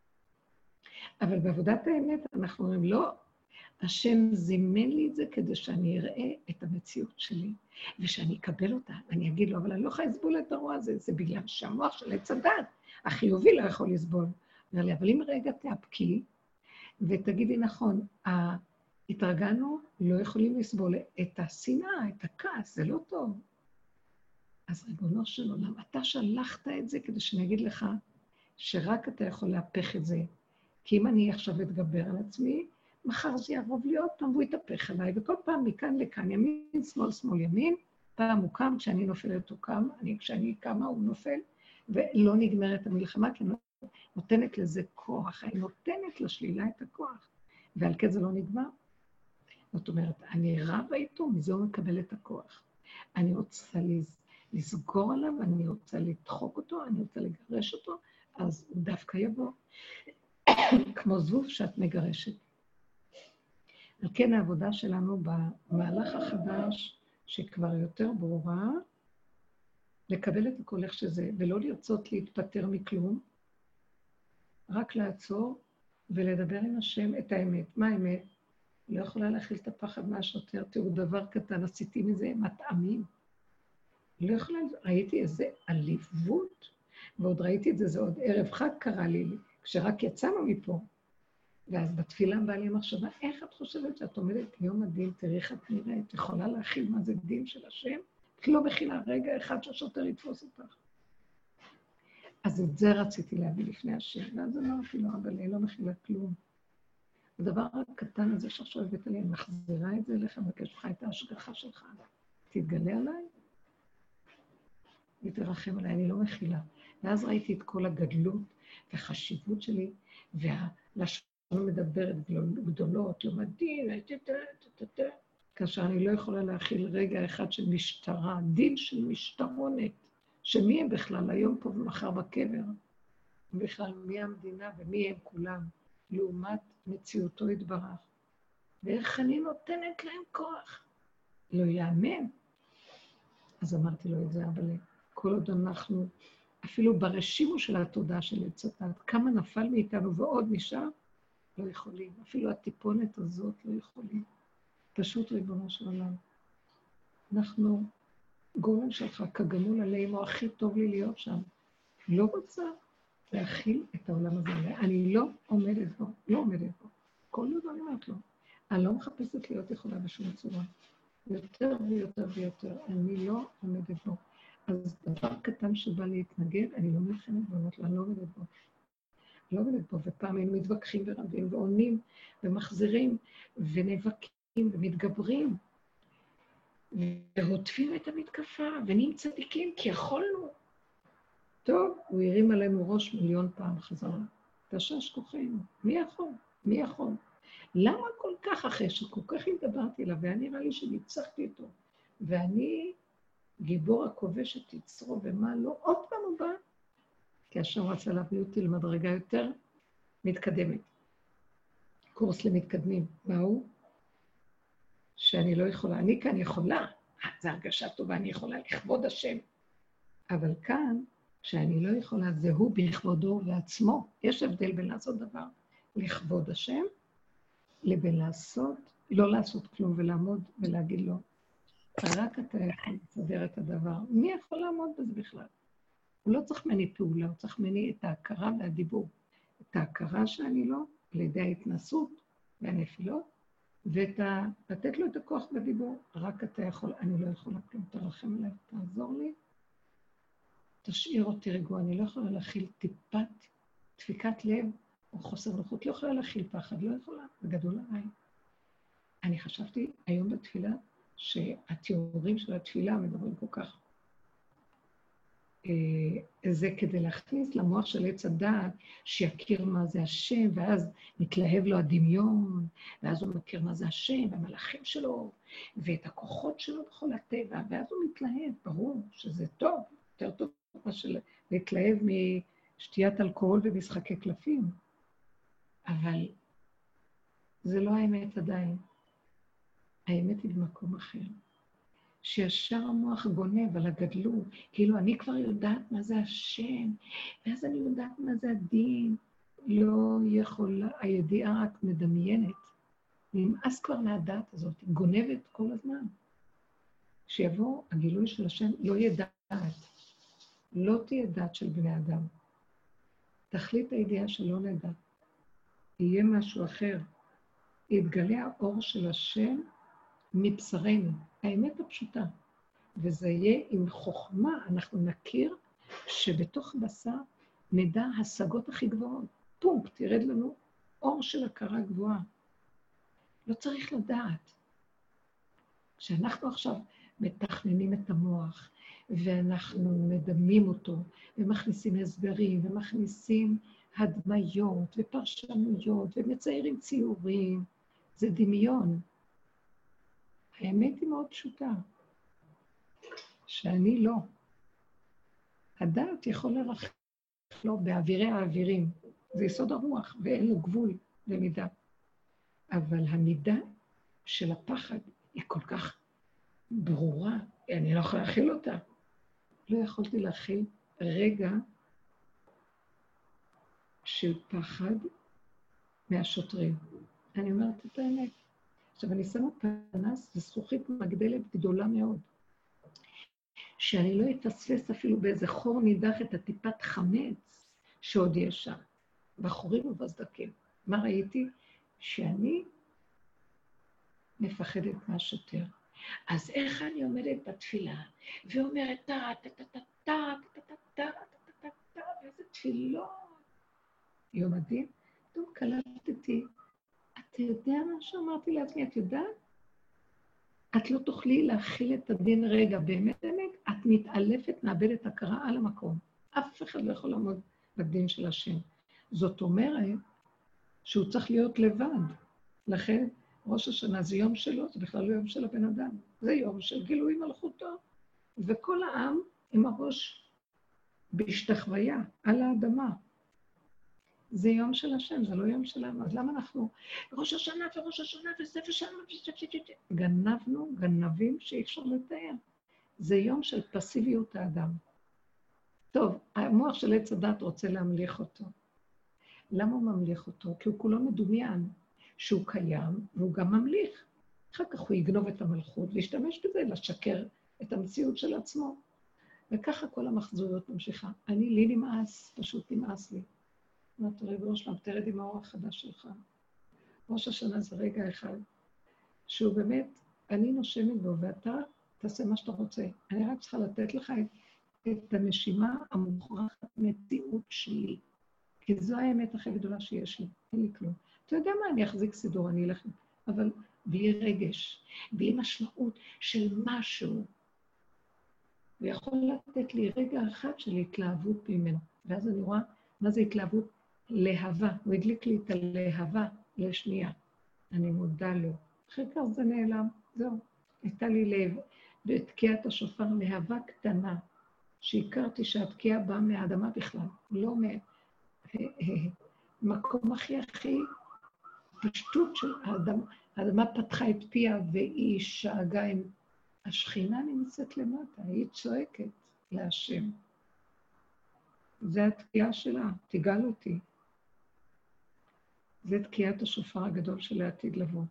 אבל בעבודת האמת אנחנו אומרים, לא, השם זימן לי את זה כדי שאני אראה את המציאות שלי, ושאני אקבל אותה. אני אגיד לו, אבל אני לא יכולה לסבול את הרוע הזה, זה בגלל שהמוח של עץ הדת, החיובי לא יכול לסבול. אומר לי, אבל אם רגע תאפקי, ותגידי נכון, התרגלנו, לא יכולים לסבול את השנאה, את הכעס, זה לא טוב. אז ריבונו של עולם, אתה שלחת את זה כדי שאני אגיד לך שרק אתה יכול להפך את זה. כי אם אני עכשיו אתגבר על עצמי, מחר זה יערוב לי עוד פעם והוא יתהפך עליי, וכל פעם מכאן לכאן, ימין, שמאל, שמאל, ימין, פעם הוא קם, כשאני נופלת הוא קם, אני, כשאני קמה הוא נופל, ולא נגמרת המלחמה, כי אני נותנת לזה כוח, אני נותנת לשלילה את הכוח, ועל כן זה לא נגמר. זאת אומרת, אני רבה איתו, מזה הוא מקבל את הכוח. אני רוצה לסגור עליו, אני רוצה לדחוק אותו, אני רוצה לגרש אותו, אז הוא דווקא יבוא, כמו זבוב שאת מגרשת. על כן העבודה שלנו במהלך החדש, שכבר יותר ברורה, לקבל את הכל איך שזה, ולא לרצות להתפטר מכלום, רק לעצור ולדבר עם השם את האמת. מה האמת? לא יכולה להכיל את הפחד מהשוטר, תראו דבר קטן, עשיתי מזה מטעמים. לא יכולה, ראיתי איזה עליבות, ועוד ראיתי את זה, זה עוד ערב חג קרה לי, כשרק יצאנו מפה. ואז בתפילה באה לי המחשבה, איך את חושבת שאת עומדת ליום הדין, תראי איך את נראית, את יכולה להכיל מה זה דין של השם? את לא מכילה רגע אחד שהשוטר יתפוס אותך. אז את זה רציתי להביא לפני השם, ואז אמרתי לו, אבל אני לא מכילה כלום. הדבר הקטן הזה שעכשיו הבאת לי, אני מחזירה את זה אליך, מבקש לך את ההשגחה שלך. תתגלה עליי, ותרחם עליי, אני לא מכילה. ואז ראיתי את כל הגדלות והחשיבות שלי, והלשון מדברת גדולות, לא מדין, כאשר אני לא יכולה להכיל רגע אחד של משטרה, דין של משטרונת, שמי הם בכלל היום פה ומחר בקבר, בכלל מי המדינה ומי הם כולם, לעומת מציאותו יתברך. ואיך אני נותנת להם כוח? לא יאמן. אז אמרתי לו את זה, אבל כל עוד אנחנו, אפילו ברשימו של התודעה של הצטת, כמה נפל מאיתנו ועוד נשאר, לא יכולים. אפילו הטיפונת הזאת לא יכולים. פשוט ריבונו של עולם. אנחנו, גולם שלך, כגמול עלינו, הכי טוב לי להיות שם. לא רוצה להכיל את העולם הזה. אני לא עומדת בו, לא עומדת בו. כל דבר אני אומרת לו. אני לא מחפשת להיות יכולה בשום צורה. יותר ויותר ויותר, אני לא עומדת בו. אז דבר קטן שבא להתנגד, אני לא מלחמת בו, אני לא עומדת בו. לא עומדת בו, ופעם הם מתווכחים ורבים ועונים ומחזירים ונאבקים ומתגברים והוטפים את המתקפה ונהיים צדיקים כי יכולנו. טוב, הוא הרים עלינו ראש מיליון פעם חזרה. תשש כוחנו. מי יכול? מי יכול? למה כל כך אחרי שכל כך התדברתי אליו, והיה נראה לי שניצחתי אותו, ואני גיבור הכובש את יצרו, ומה לא, עוד פעם הוא בא, כי השם רצה להביא אותי למדרגה יותר מתקדמת. קורס למתקדמים. מהו? שאני לא יכולה. אני כאן יכולה, זו הרגשה טובה, אני יכולה לכבוד השם. אבל כאן, שאני לא יכולה, זה הוא בכבודו ועצמו. יש הבדל בין לעשות דבר לכבוד השם, לבין לעשות, לא לעשות כלום ולעמוד ולהגיד לו, רק אתה יכול לסדר את הדבר. מי יכול לעמוד בזה בכלל? הוא לא צריך מני פעולה, הוא צריך מני את ההכרה והדיבור. את ההכרה שאני לא, על ידי ההתנסות והנפילות, ואת ה... לתת לו את הכוח בדיבור. רק אתה יכול, אני לא יכולה כלום, תרחם עליי, תעזור לי, תשאיר אותי רגוע, אני לא יכולה להכיל טיפת, דפיקת לב, או חוסר נוחות, לא יכולה להכיל פחד, לא יכולה, זה גדול עליי. אני חשבתי היום בתפילה, שהתיאורים של התפילה מדברים כל כך. זה כדי להכניס למוח של עץ הדעת, שיכיר מה זה השם, ואז מתלהב לו הדמיון, ואז הוא מכיר מה זה השם, והמלאכים שלו, ואת הכוחות שלו בכל הטבע, ואז הוא מתלהב, ברור שזה טוב, יותר טוב מה של להתלהב משתיית אלכוהול ומשחקי קלפים. אבל זה לא האמת עדיין. האמת היא במקום אחר. שישר המוח גונב על הגדלות, כאילו אני כבר יודעת מה זה השם, ואז אני יודעת מה זה הדין. לא יכולה, הידיעה רק מדמיינת. נמאס כבר מהדעת הזאת, היא גונבת כל הזמן. שיבוא הגילוי של השם, לא יהיה דעת. לא תהיה דעת של בני אדם. תכלית הידיעה שלא נדע. יהיה משהו אחר. יתגלה האור של השם מבשרנו, האמת הפשוטה. וזה יהיה עם חוכמה, אנחנו נכיר שבתוך הבשר נדע השגות הכי גבוהות. פומפ, תרד לנו אור של הכרה גבוהה. לא צריך לדעת. כשאנחנו עכשיו מתכננים את המוח, ואנחנו מדמים אותו, ומכניסים הסברים, ומכניסים הדמיות, ופרשנויות, ומציירים ציורים, זה דמיון. האמת היא מאוד פשוטה, שאני לא. הדעת יכול לרחב לו באווירי האווירים, זה יסוד הרוח, ואין לו גבול למידה. אבל המידה של הפחד היא כל כך ברורה, אני לא יכולה להכיל אותה. לא יכולתי להכיל רגע של פחד מהשוטרים. אני אומרת את האמת. עכשיו, אני שמה פנס וזכוכית מגדלת גדולה מאוד, שאני לא אתפספס אפילו באיזה חור נידח את הטיפת חמץ שעוד יש שם, בחורים ובסדקים. מה ראיתי? שאני מפחדת מהשוטר. אז איך אני עומדת בתפילה, ואומרת, טה, טה, טה, טה, טה, טה, טה, טה, טה, טה, טה, ואיזה תפילות. יום הדין, פתאום קלטתי, אתה יודע מה שאמרתי לעצמי, את יודעת? את לא תוכלי להכיל את הדין רגע, באמת באמת, את מתעלפת, מאבדת הכרה על המקום. אף אחד לא יכול לעמוד בדין של השם. זאת אומרת שהוא צריך להיות לבד. לכן ראש השנה זה יום שלו, זה בכלל לא יום של הבן אדם. זה יום של גילוי מלכותו. וכל העם עם הראש בהשתחוויה על האדמה. זה יום של השם, זה לא יום שלנו. אז למה אנחנו ראש השנה וראש השנה וזה ושנה ושנה? גנבנו, גנבים שאי אפשר לתאר. זה יום של פסיביות האדם. טוב, המוח של עץ הדת רוצה להמליך אותו. למה הוא ממליך אותו? כי הוא כולו מדומיין שהוא קיים והוא גם ממליך. אחר כך הוא יגנוב את המלכות וישתמש בזה לשקר את המציאות של עצמו. וככה כל המחזוריות ממשיכה. אני, לי נמאס, פשוט נמאס לי. מה אתה רואה בראש שלם, תרד עם האור החדש שלך. ראש השנה זה רגע אחד, שהוא באמת, אני נושמת בו, ואתה תעשה מה שאתה רוצה. אני רק צריכה לתת לך את, את הנשימה המוכרחת מציאות שלי. כי זו האמת הכי גדולה שיש לי, אין לי כלום. אתה יודע מה, אני אחזיק סידור, אני אלך, אבל בלי רגש, בלי משמעות של משהו. הוא יכול לתת לי רגע אחד של התלהבות ממנו. ואז אני רואה מה זה התלהבות? להבה. הוא הדליק לי את הלהבה לשנייה. אני מודה לו. אחרי כך זה נעלם, זהו. הייתה לי לב, בתקיעת השופר להבה קטנה, שהכרתי שהתקיעה באה מהאדמה בכלל, לא מהמקום הכי הכי פשטות של האדמה. האדמה פתחה את פיה והיא שאגה עם... השכינה נמצאת למטה, היא צועקת להשם. זה התקיעה שלה, תיגל אותי. זה תקיעת השופר הגדול של העתיד לבוא.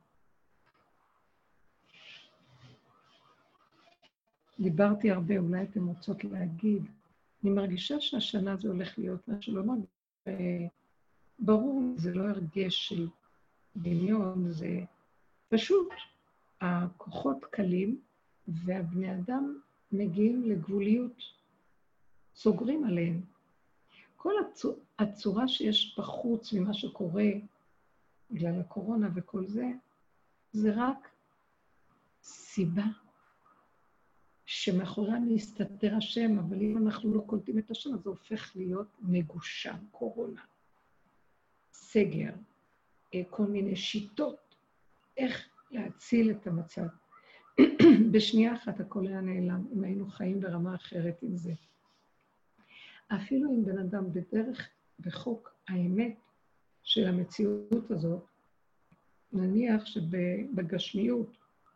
דיברתי הרבה, אולי אתם רוצות להגיד. אני מרגישה שהשנה זה הולך להיות משהו לא מרגיש. ברור, זה לא הרגש של דמיון, זה פשוט הכוחות קלים, והבני אדם מגיעים לגבוליות, סוגרים עליהם. כל הצורה, הצורה שיש בחוץ ממה שקורה בגלל הקורונה וכל זה, זה רק סיבה שמאחוריה להסתתר השם, אבל אם אנחנו לא קולטים את השם, אז זה הופך להיות מגושם, קורונה, סגר, כל מיני שיטות, איך להציל את המצב. בשנייה אחת הכל היה נעלם, אם היינו חיים ברמה אחרת עם זה. אפילו אם בן אדם בדרך, בחוק האמת של המציאות הזאת, נניח שבגשמיות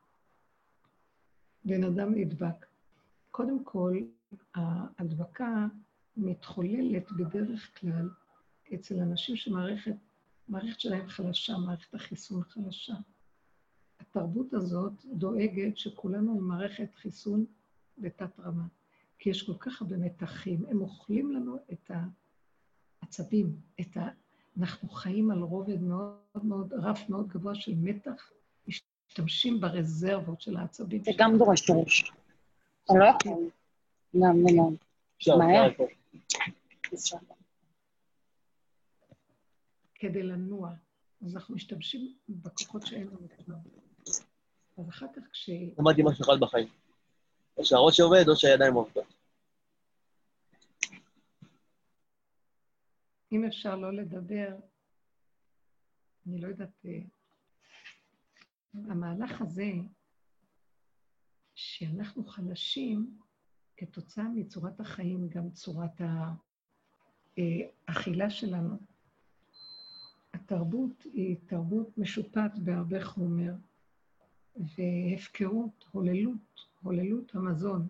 בן אדם נדבק. קודם כל, ההדבקה מתחוללת בדרך כלל אצל אנשים שמערכת, מערכת שלהם חלשה, מערכת החיסון חלשה. התרבות הזאת דואגת שכולנו עם מערכת חיסון בתת רמה. כי יש כל כך הרבה מתחים, הם אוכלים לנו את העצבים, את ה... אנחנו חיים על רובד מאוד מאוד, רף מאוד גבוה של מתח, משתמשים ברזרבות של העצבים. זה גם דורש ראש. אתה לא יכול. גם, גם. מהר. כדי לנוע. אז אנחנו משתמשים בכוחות שאין לנו כלום. אז אחר כך כש... למדתי משהו אחד בחיים. או שהראש עובד או שהידיים עובדות. אם אפשר לא לדבר, אני לא יודעת, המהלך הזה, שאנחנו חלשים, כתוצאה מצורת החיים, גם צורת האכילה שלנו. התרבות היא תרבות משופעת בהרבה חומר, והפקרות, הוללות, הוללות המזון.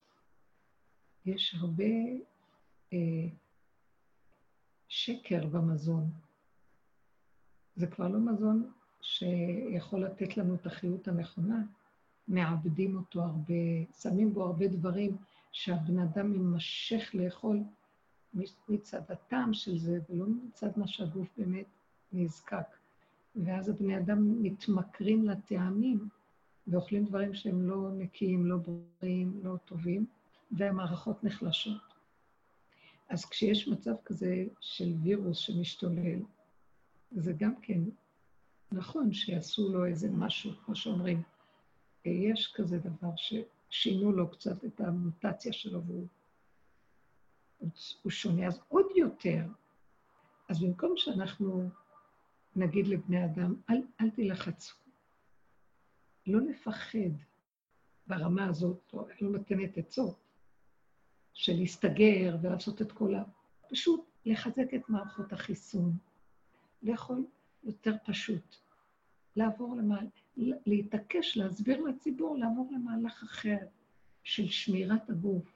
יש הרבה אה, שקר במזון. זה כבר לא מזון שיכול לתת לנו את החיות הנכונה, מעבדים אותו הרבה, שמים בו הרבה דברים שהבן אדם ממשך לאכול מצד הטעם של זה, ולא מצד מה שהגוף באמת נזקק. ואז הבני אדם מתמכרים לטעמים, ואוכלים דברים שהם לא נקיים, לא בריאים, לא טובים, והמערכות נחלשות. אז כשיש מצב כזה של וירוס שמשתולל, זה גם כן נכון שיעשו לו איזה משהו, כמו שאומרים, יש כזה דבר ששינו לו קצת את המוטציה שלו, והוא הוא שונה, אז עוד יותר. אז במקום שאנחנו נגיד לבני אדם, אל, אל תלחצו, לא לפחד ברמה הזאת, או לא נותנת עצות, של להסתגר ולעשות את כל ה... פשוט לחזק את מערכות החיסון, לאכול יותר פשוט, לעבור למעל, להתעקש, להסביר לציבור, לעבור למהלך אחר של שמירת הגוף.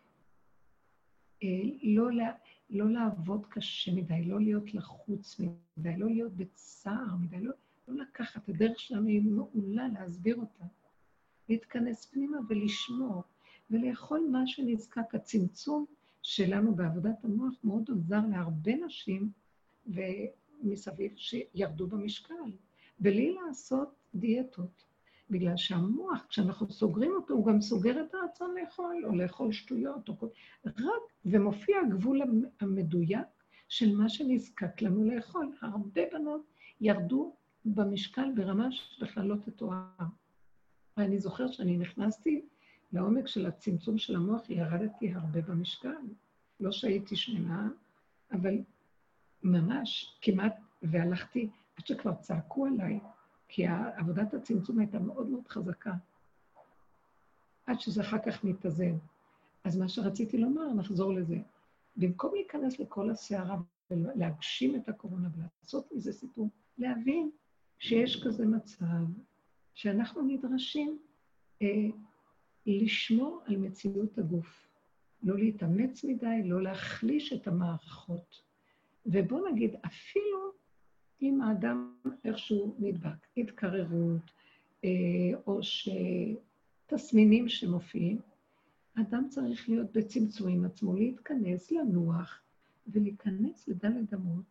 לא, לא לעבוד קשה מדי, לא להיות לחוץ מדי, לא להיות בצער מדי, לא, לא לקחת, הדרך שלנו היא מעולה להסביר אותה, להתכנס פנימה ולשמור, ולאכול מה שנזקק. הצמצום שלנו בעבודת המוח מאוד עוזר להרבה נשים ומסביב שירדו במשקל, בלי לעשות דיאטות. בגלל שהמוח, כשאנחנו סוגרים אותו, הוא גם סוגר את הרצון לאכול, או לאכול שטויות, או כל... רק, ומופיע הגבול המדויק של מה שנזקק לנו לאכול. הרבה בנות ירדו במשקל ברמה שבכלל לא תתואר. ואני זוכרת שאני נכנסתי לעומק של הצמצום של המוח, ירדתי הרבה במשקל. לא שהייתי שמנה, אבל ממש כמעט, והלכתי, עד שכבר צעקו עליי, כי עבודת הצמצום הייתה מאוד מאוד חזקה, עד שזה אחר כך מתאזן. אז מה שרציתי לומר, נחזור לזה. במקום להיכנס לכל הסערה ולהגשים את הקורונה ולעשות מזה סיפור, להבין שיש כזה מצב שאנחנו נדרשים אה, לשמור על מציאות הגוף. לא להתאמץ מדי, לא להחליש את המערכות. ובוא נגיד, אפילו אם האדם איכשהו נדבק, התקררות, או שתסמינים שמופיעים, אדם צריך להיות בצמצום עם עצמו, להתכנס, לנוח, ולהיכנס לדלת אמות,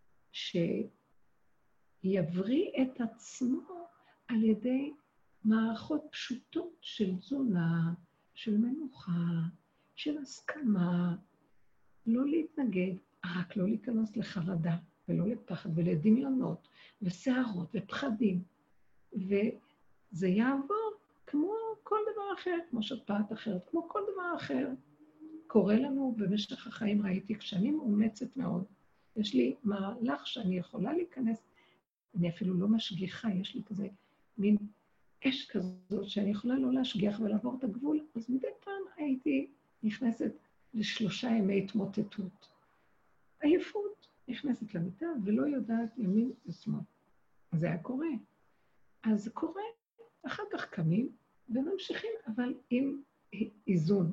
שיבריא את עצמו על ידי מערכות פשוטות של תזונה, של מנוחה, של הסכמה, לא להתנגד, רק לא להיכנס לחרדה. ולא לפחד, ולדמיונות, וסערות, ופחדים. וזה יעבור כמו כל דבר אחר, כמו שפעת אחרת, כמו כל דבר אחר. קורה לנו במשך החיים, ראיתי, כשאני מאומצת מאוד, יש לי מהלך שאני יכולה להיכנס, אני אפילו לא משגיחה, יש לי כזה מין אש כזאת, שאני יכולה לא להשגיח ולעבור את הגבול, אז מדי פעם הייתי נכנסת לשלושה ימי התמוטטות. עייפות. נכנסת למיטה ולא יודעת ימין ושמאל. אז זה היה קורה. אז זה קורה, אחר כך קמים וממשיכים, אבל עם איזון.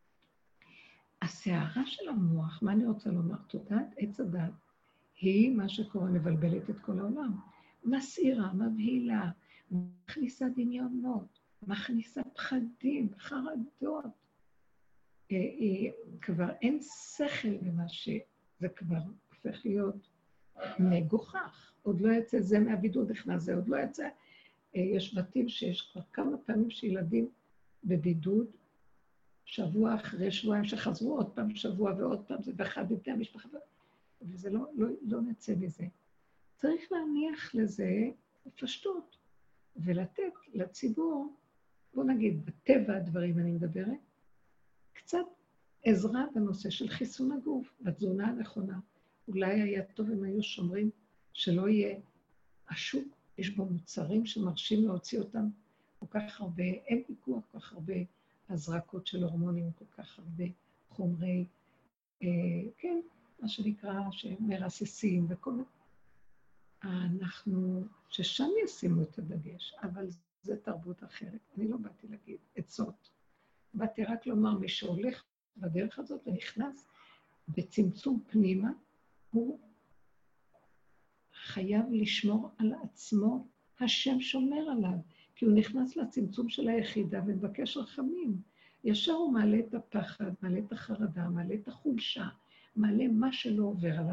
הסערה של המוח, מה אני רוצה לומר? תודעת עץ הדת, היא מה שקורה מבלבלת את כל העולם. מסעירה, מבהילה, מכניסה דמיונות, מכניסה פחדים, חרדות. כבר אין שכל במה שזה כבר הופך להיות מגוחך. עוד לא יצא זה מהבידוד נכנס, זה עוד לא יצא. יש בתים שיש כבר כמה פעמים שילדים בבידוד, שבוע אחרי שבועיים שחזרו עוד פעם שבוע ועוד פעם, זה באחד מבני המשפחה, וזה לא, לא, לא נצא מזה. צריך להניח לזה פשטות, ולתת לציבור, בוא נגיד, בטבע הדברים אני מדברת, קצת עזרה בנושא של חיסון הגוף, בתזונה הנכונה. אולי היה טוב אם היו שומרים שלא יהיה השוק, יש בו מוצרים שמרשים להוציא אותם כל כך הרבה, אין פיקוח כל כך הרבה הזרקות של הורמונים, כל כך הרבה חומרי, אה, כן, מה שנקרא, שמרססים וכל מיני. אנחנו, ששם ישימו את הדגש, אבל זה תרבות אחרת. אני לא באתי להגיד עצות. באתי רק לומר, מי שהולך בדרך הזאת ונכנס בצמצום פנימה, הוא חייב לשמור על עצמו, השם שומר עליו, כי הוא נכנס לצמצום של היחידה ומבקש רחמים. ישר הוא מעלה את הפחד, מעלה את החרדה, מעלה את החולשה, מעלה מה שלא עובר עליו,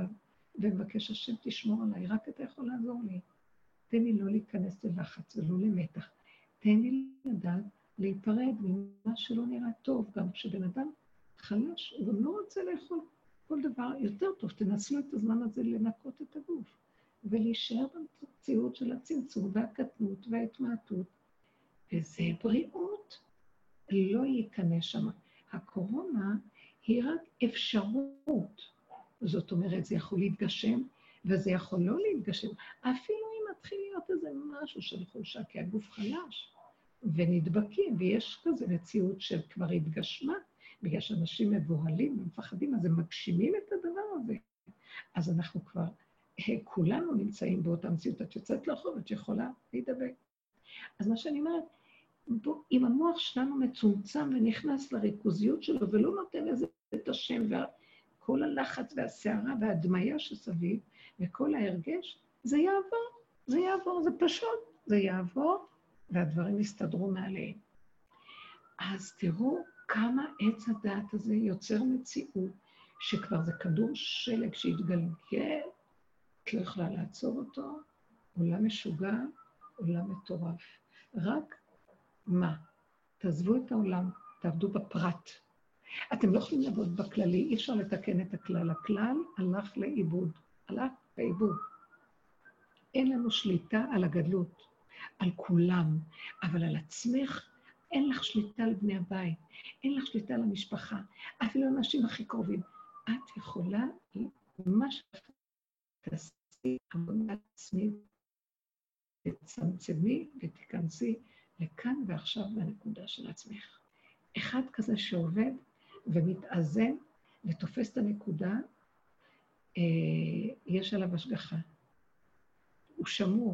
ומבקש השם תשמור עליי, רק אתה יכול לעזור לי. תן לי לא להיכנס ללחץ ולא למתח. תן לי לדעת להיפרד ממה שלא נראה טוב, גם כשבן אדם חלש, הוא גם לא רוצה לאכול כל דבר יותר טוב. תנסו את הזמן הזה לנקות את הגוף, ולהישאר במציאות של הצמצום והקטנות וההתמעטות, וזה בריאות. לא ייכנס שם. הקורונה היא רק אפשרות. זאת אומרת, זה יכול להתגשם, וזה יכול לא להתגשם. אפילו אם מתחיל להיות איזה משהו של חולשה, כי הגוף חלש, ונדבקים, ויש כזה מציאות של כבר התגשמה, בגלל שאנשים מבוהלים ומפחדים, אז הם מגשימים את הדבר הזה. אז אנחנו כבר, כולנו נמצאים באותה מציאות, את יוצאת לרחוב, את יכולה להידבק. אז מה שאני אומרת, אם המוח שלנו מצומצם ונכנס לריכוזיות שלו, ולא נותן לזה את השם, וכל הלחץ והסערה והדמיה שסביב, וכל ההרגש, זה יעבור, זה יעבור, זה פשוט, זה יעבור, והדברים יסתדרו מעליהם. אז תראו כמה עץ הדעת הזה יוצר מציאות, שכבר זה כדור שלג שהתגלגל, את לא יכולה לעצור אותו, עולם משוגע, עולם מטורף. רק מה? תעזבו את העולם, תעבדו בפרט. אתם לא יכולים לעבוד בכללי, אי אפשר לתקן את הכלל. הכלל הלך לאיבוד, הלך לאיבוד. אין לנו שליטה על הגדלות, על כולם, אבל על עצמך אין לך שליטה על בני הבית, אין לך שליטה על המשפחה, אפילו אנשים הכי קרובים. את יכולה, מה שתעשי, עבודה עצמית, תצמצמי ותיכנסי לכאן ועכשיו בנקודה של עצמך. אחד כזה שעובד ומתאזן ותופס את הנקודה, אה, יש עליו השגחה. הוא שמור.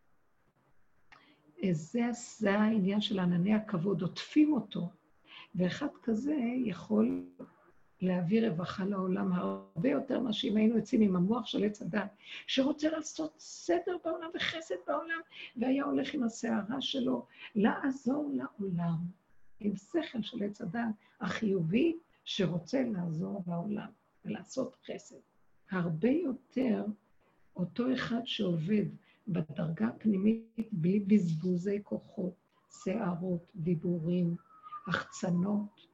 זה, זה העניין של ענני הכבוד, עוטפים אותו, ואחד כזה יכול להביא רווחה לעולם הרבה יותר מה שאם היינו יוצאים עם המוח של עץ הדת, שרוצה לעשות סדר בעולם וחסד בעולם, והיה הולך עם השערה שלו לעזור לעולם, עם שכל של עץ הדת החיובי שרוצה לעזור לעולם ולעשות חסד. הרבה יותר אותו אחד שעובד בדרגה הפנימית בלי בזבוזי כוחות, שערות, דיבורים, החצנות,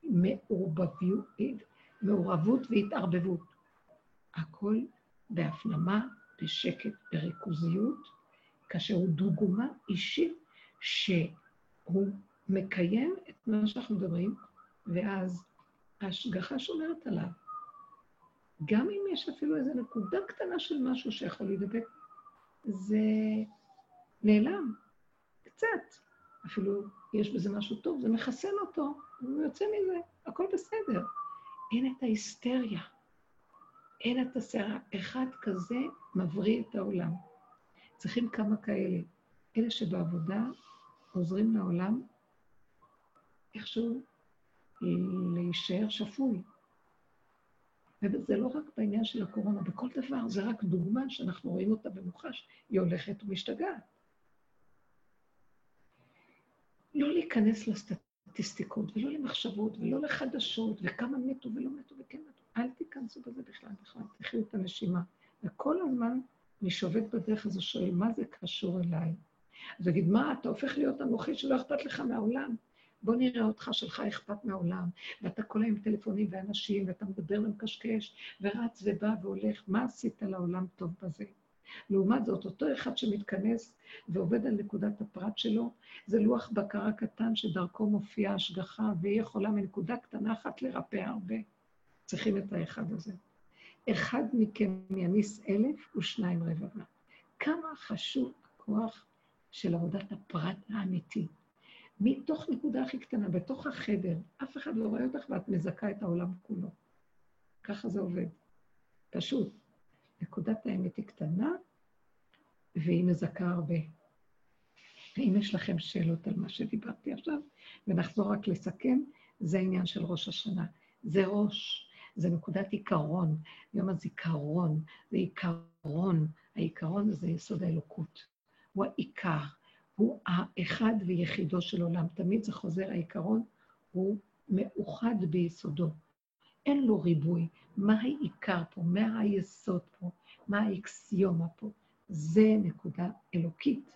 מעורבות והתערבבות. הכל בהפנמה, בשקט, בריכוזיות, כאשר הוא דוגמה אישית שהוא מקיים את מה שאנחנו מדברים, ואז ההשגחה שומרת עליו. גם אם יש אפילו איזו נקודה קטנה של משהו שיכול להידבק, זה נעלם, קצת. אפילו יש בזה משהו טוב, זה מחסן אותו, הוא יוצא מזה, הכל בסדר. אין את ההיסטריה, אין את הסערה. אחד כזה מבריא את העולם. צריכים כמה כאלה. אלה שבעבודה עוזרים לעולם איכשהו להישאר שפוי. וזה לא רק בעניין של הקורונה, בכל דבר, זה רק דוגמה שאנחנו רואים אותה במוחש, היא הולכת ומשתגעת. לא להיכנס לסטטיסטיקות, ולא למחשבות, ולא לחדשות, וכמה מתו ולא מתו וכן מתו. אל תיכנסו בזה בכלל, בכלל, תחיו את הנשימה. וכל הזמן מי שעובד בדרך הזו שואל, מה זה קשור אליי? אז אגיד, מה, אתה הופך להיות אנוכי שלא אכפת לך מהעולם? בוא נראה אותך שלך אכפת מהעולם, ואתה כל היום טלפונים ואנשים, ואתה מדבר ומקשקש, ורץ ובא והולך, מה עשית לעולם טוב בזה? לעומת זאת, אותו אחד שמתכנס ועובד על נקודת הפרט שלו, זה לוח בקרה קטן שדרכו מופיעה השגחה, והיא יכולה מנקודה קטנה אחת לרפא הרבה. צריכים את האחד הזה. אחד מכם יניס אלף ושניים רבבה. כמה חשוב הכוח של עבודת הפרט האמיתי. מתוך נקודה הכי קטנה, בתוך החדר, אף אחד לא רואה אותך ואת מזכה את העולם כולו. ככה זה עובד. פשוט. נקודת האמת היא קטנה, והיא מזכה הרבה. אם יש לכם שאלות על מה שדיברתי עכשיו, ונחזור רק לסכם, זה העניין של ראש השנה. זה ראש, זה נקודת עיקרון, יום הזיכרון, זה עיקרון, העיקרון זה יסוד האלוקות, הוא העיקר, הוא האחד ויחידו של עולם, תמיד זה חוזר, העיקרון הוא מאוחד ביסודו, אין לו ריבוי, מה העיקר פה, מה היסוד פה, מה האקסיומה פה? זה נקודה אלוקית.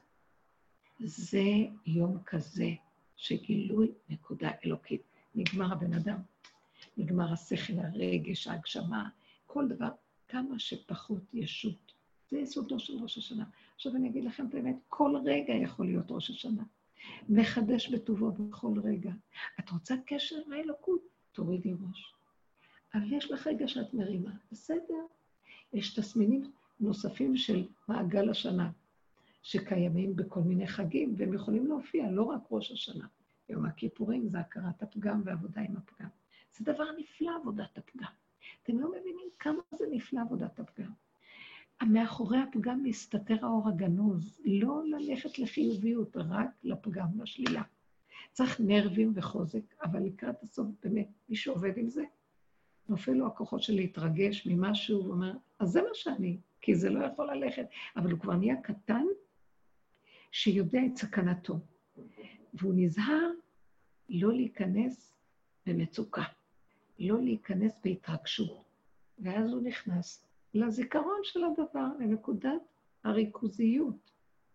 זה יום כזה שגילוי נקודה אלוקית. נגמר הבן אדם, נגמר השכל, הרגש, ההגשמה, כל דבר, כמה שפחות ישות. זה יסודו של ראש השנה. עכשיו אני אגיד לכם באמת, כל רגע יכול להיות ראש השנה. מחדש בטובו בכל רגע. את רוצה קשר לאלוקות? תורידי ראש. אבל יש לך רגע שאת מרימה, בסדר? יש תסמינים נוספים של מעגל השנה, שקיימים בכל מיני חגים, והם יכולים להופיע, לא רק ראש השנה. יום הכיפורים זה הכרת הפגם ועבודה עם הפגם. זה דבר נפלא עבודת הפגם. אתם לא מבינים כמה זה נפלא עבודת הפגם. מאחורי הפגם מסתתר האור הגנוז, לא ללכת לחיוביות, רק לפגם, לשלילה. צריך נרבים וחוזק, אבל לקראת הסוף, באמת, מי שעובד עם זה, נופל לו הכוחות של להתרגש ממשהו, הוא אומר, אז זה מה שאני, כי זה לא יכול ללכת, אבל הוא כבר נהיה קטן, שיודע את סכנתו, והוא נזהר לא להיכנס במצוקה, לא להיכנס בהתרגשות, ואז הוא נכנס לזיכרון של הדבר, לנקודת הריכוזיות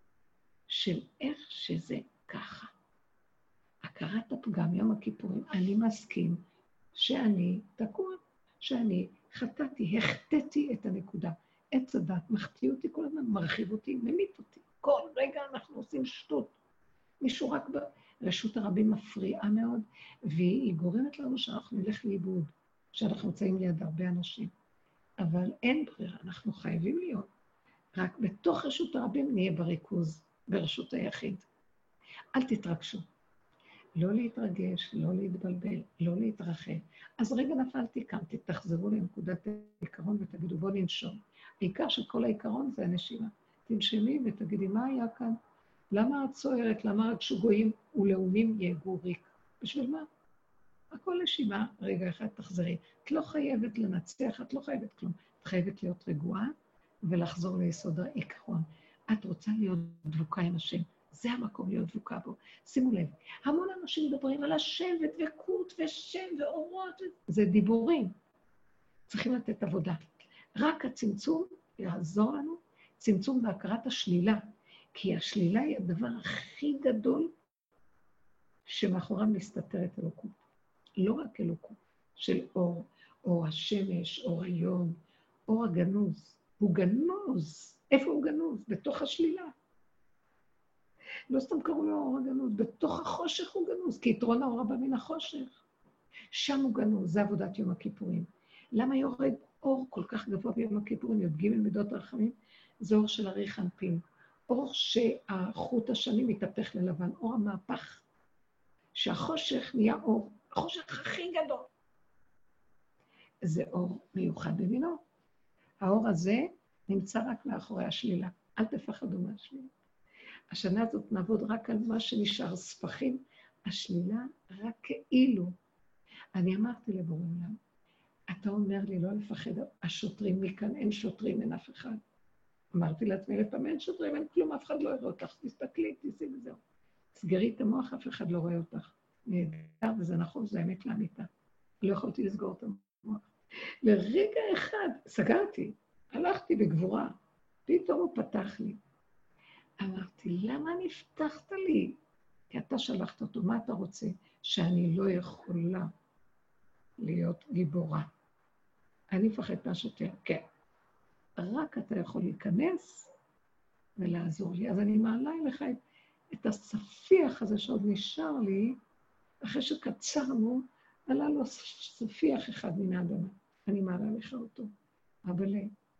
של איך שזה ככה. הכרת הפגם יום הכיפורים, אני מסכים שאני תקוע, שאני חטאתי, החטאתי את הנקודה. עץ הדת מחטיא אותי כל הזמן, מרחיב אותי, ממית אותי. כל רגע אנחנו עושים שטות. מישהו רק ברשות הרבים מפריעה מאוד, והיא גורמת לנו שאנחנו נלך לאיבוד, שאנחנו נמצאים ליד הרבה אנשים. אבל אין ברירה, אנחנו חייבים להיות. רק בתוך רשות הרבים נהיה בריכוז, ברשות היחיד. אל תתרגשו. לא להתרגש, לא להתבלבל, לא להתרחב. אז רגע נפלתי, קמתי, תחזרו לנקודת העיקרון ותגידו, בוא ננשום. העיקר של כל העיקרון זה הנשימה. תנשמי ותגידי, מה היה כאן? למה את צוערת? למה רק שוגויים ולאומים יהגו ריק? בשביל מה? הכל נשימה, רגע אחד תחזרי. את לא חייבת לנצח, את לא חייבת כלום. את חייבת להיות רגועה ולחזור ליסוד העיקרון. את רוצה להיות דבוקה עם השם. זה המקום להיות דבוקה בו. שימו לב, המון אנשים מדברים על השבט וקוט ושם ואורות, זה דיבורים. צריכים לתת עבודה. רק הצמצום יעזור לנו, צמצום בהכרת השלילה, כי השלילה היא הדבר הכי גדול שמאחוריו מסתתרת אלוקות. לא רק אלוקות של אור, אור השמש, אור היום, אור הגנוז. הוא גנוז. איפה הוא גנוז? בתוך השלילה. לא סתם קראו לו אור הגנוז, בתוך החושך הוא גנוז, כי יתרון האור הבא מן החושך. שם הוא גנוז, זה עבודת יום הכיפורים. למה יורד אור כל כך גבוה ביום הכיפורים, י"ג מידות הרחמים? זה אור של אריך אנפין. אור שהחוט השני מתהפך ללבן, אור המהפך. שהחושך נהיה אור, החושך הכי גדול. זה אור מיוחד במינו. האור הזה נמצא רק מאחורי השלילה. אל תפחדו מהשלילה. השנה הזאת נעבוד רק על מה שנשאר ספחים, השלילה רק כאילו. אני אמרתי לבורא עולם, אתה אומר לי לא לפחד, השוטרים מכאן, אין שוטרים, אין אף אחד. אמרתי לעצמי, לפעמים אין שוטרים, אין כלום, אף אחד לא יראה אותך, תסתכלי, תשיג וזהו. סגרי את המוח, אף אחד לא רואה אותך. נהדר, וזה נכון, זה האמת לאמיתה. לא יכולתי לסגור את המוח. לרגע אחד, סגרתי, הלכתי בגבורה, פתאום הוא פתח לי. אמרתי, למה נפתחת לי? כי אתה שלחת אותו, מה אתה רוצה? שאני לא יכולה להיות גיבורה. אני מפחד מהשוטר, כן. רק אתה יכול להיכנס ולעזור לי. אז אני מעלה אליך את, את הספיח הזה שעוד נשאר לי, אחרי שקצרנו, עלה לו ספיח אחד מן האדמה. אני מעלה לך אותו, אבל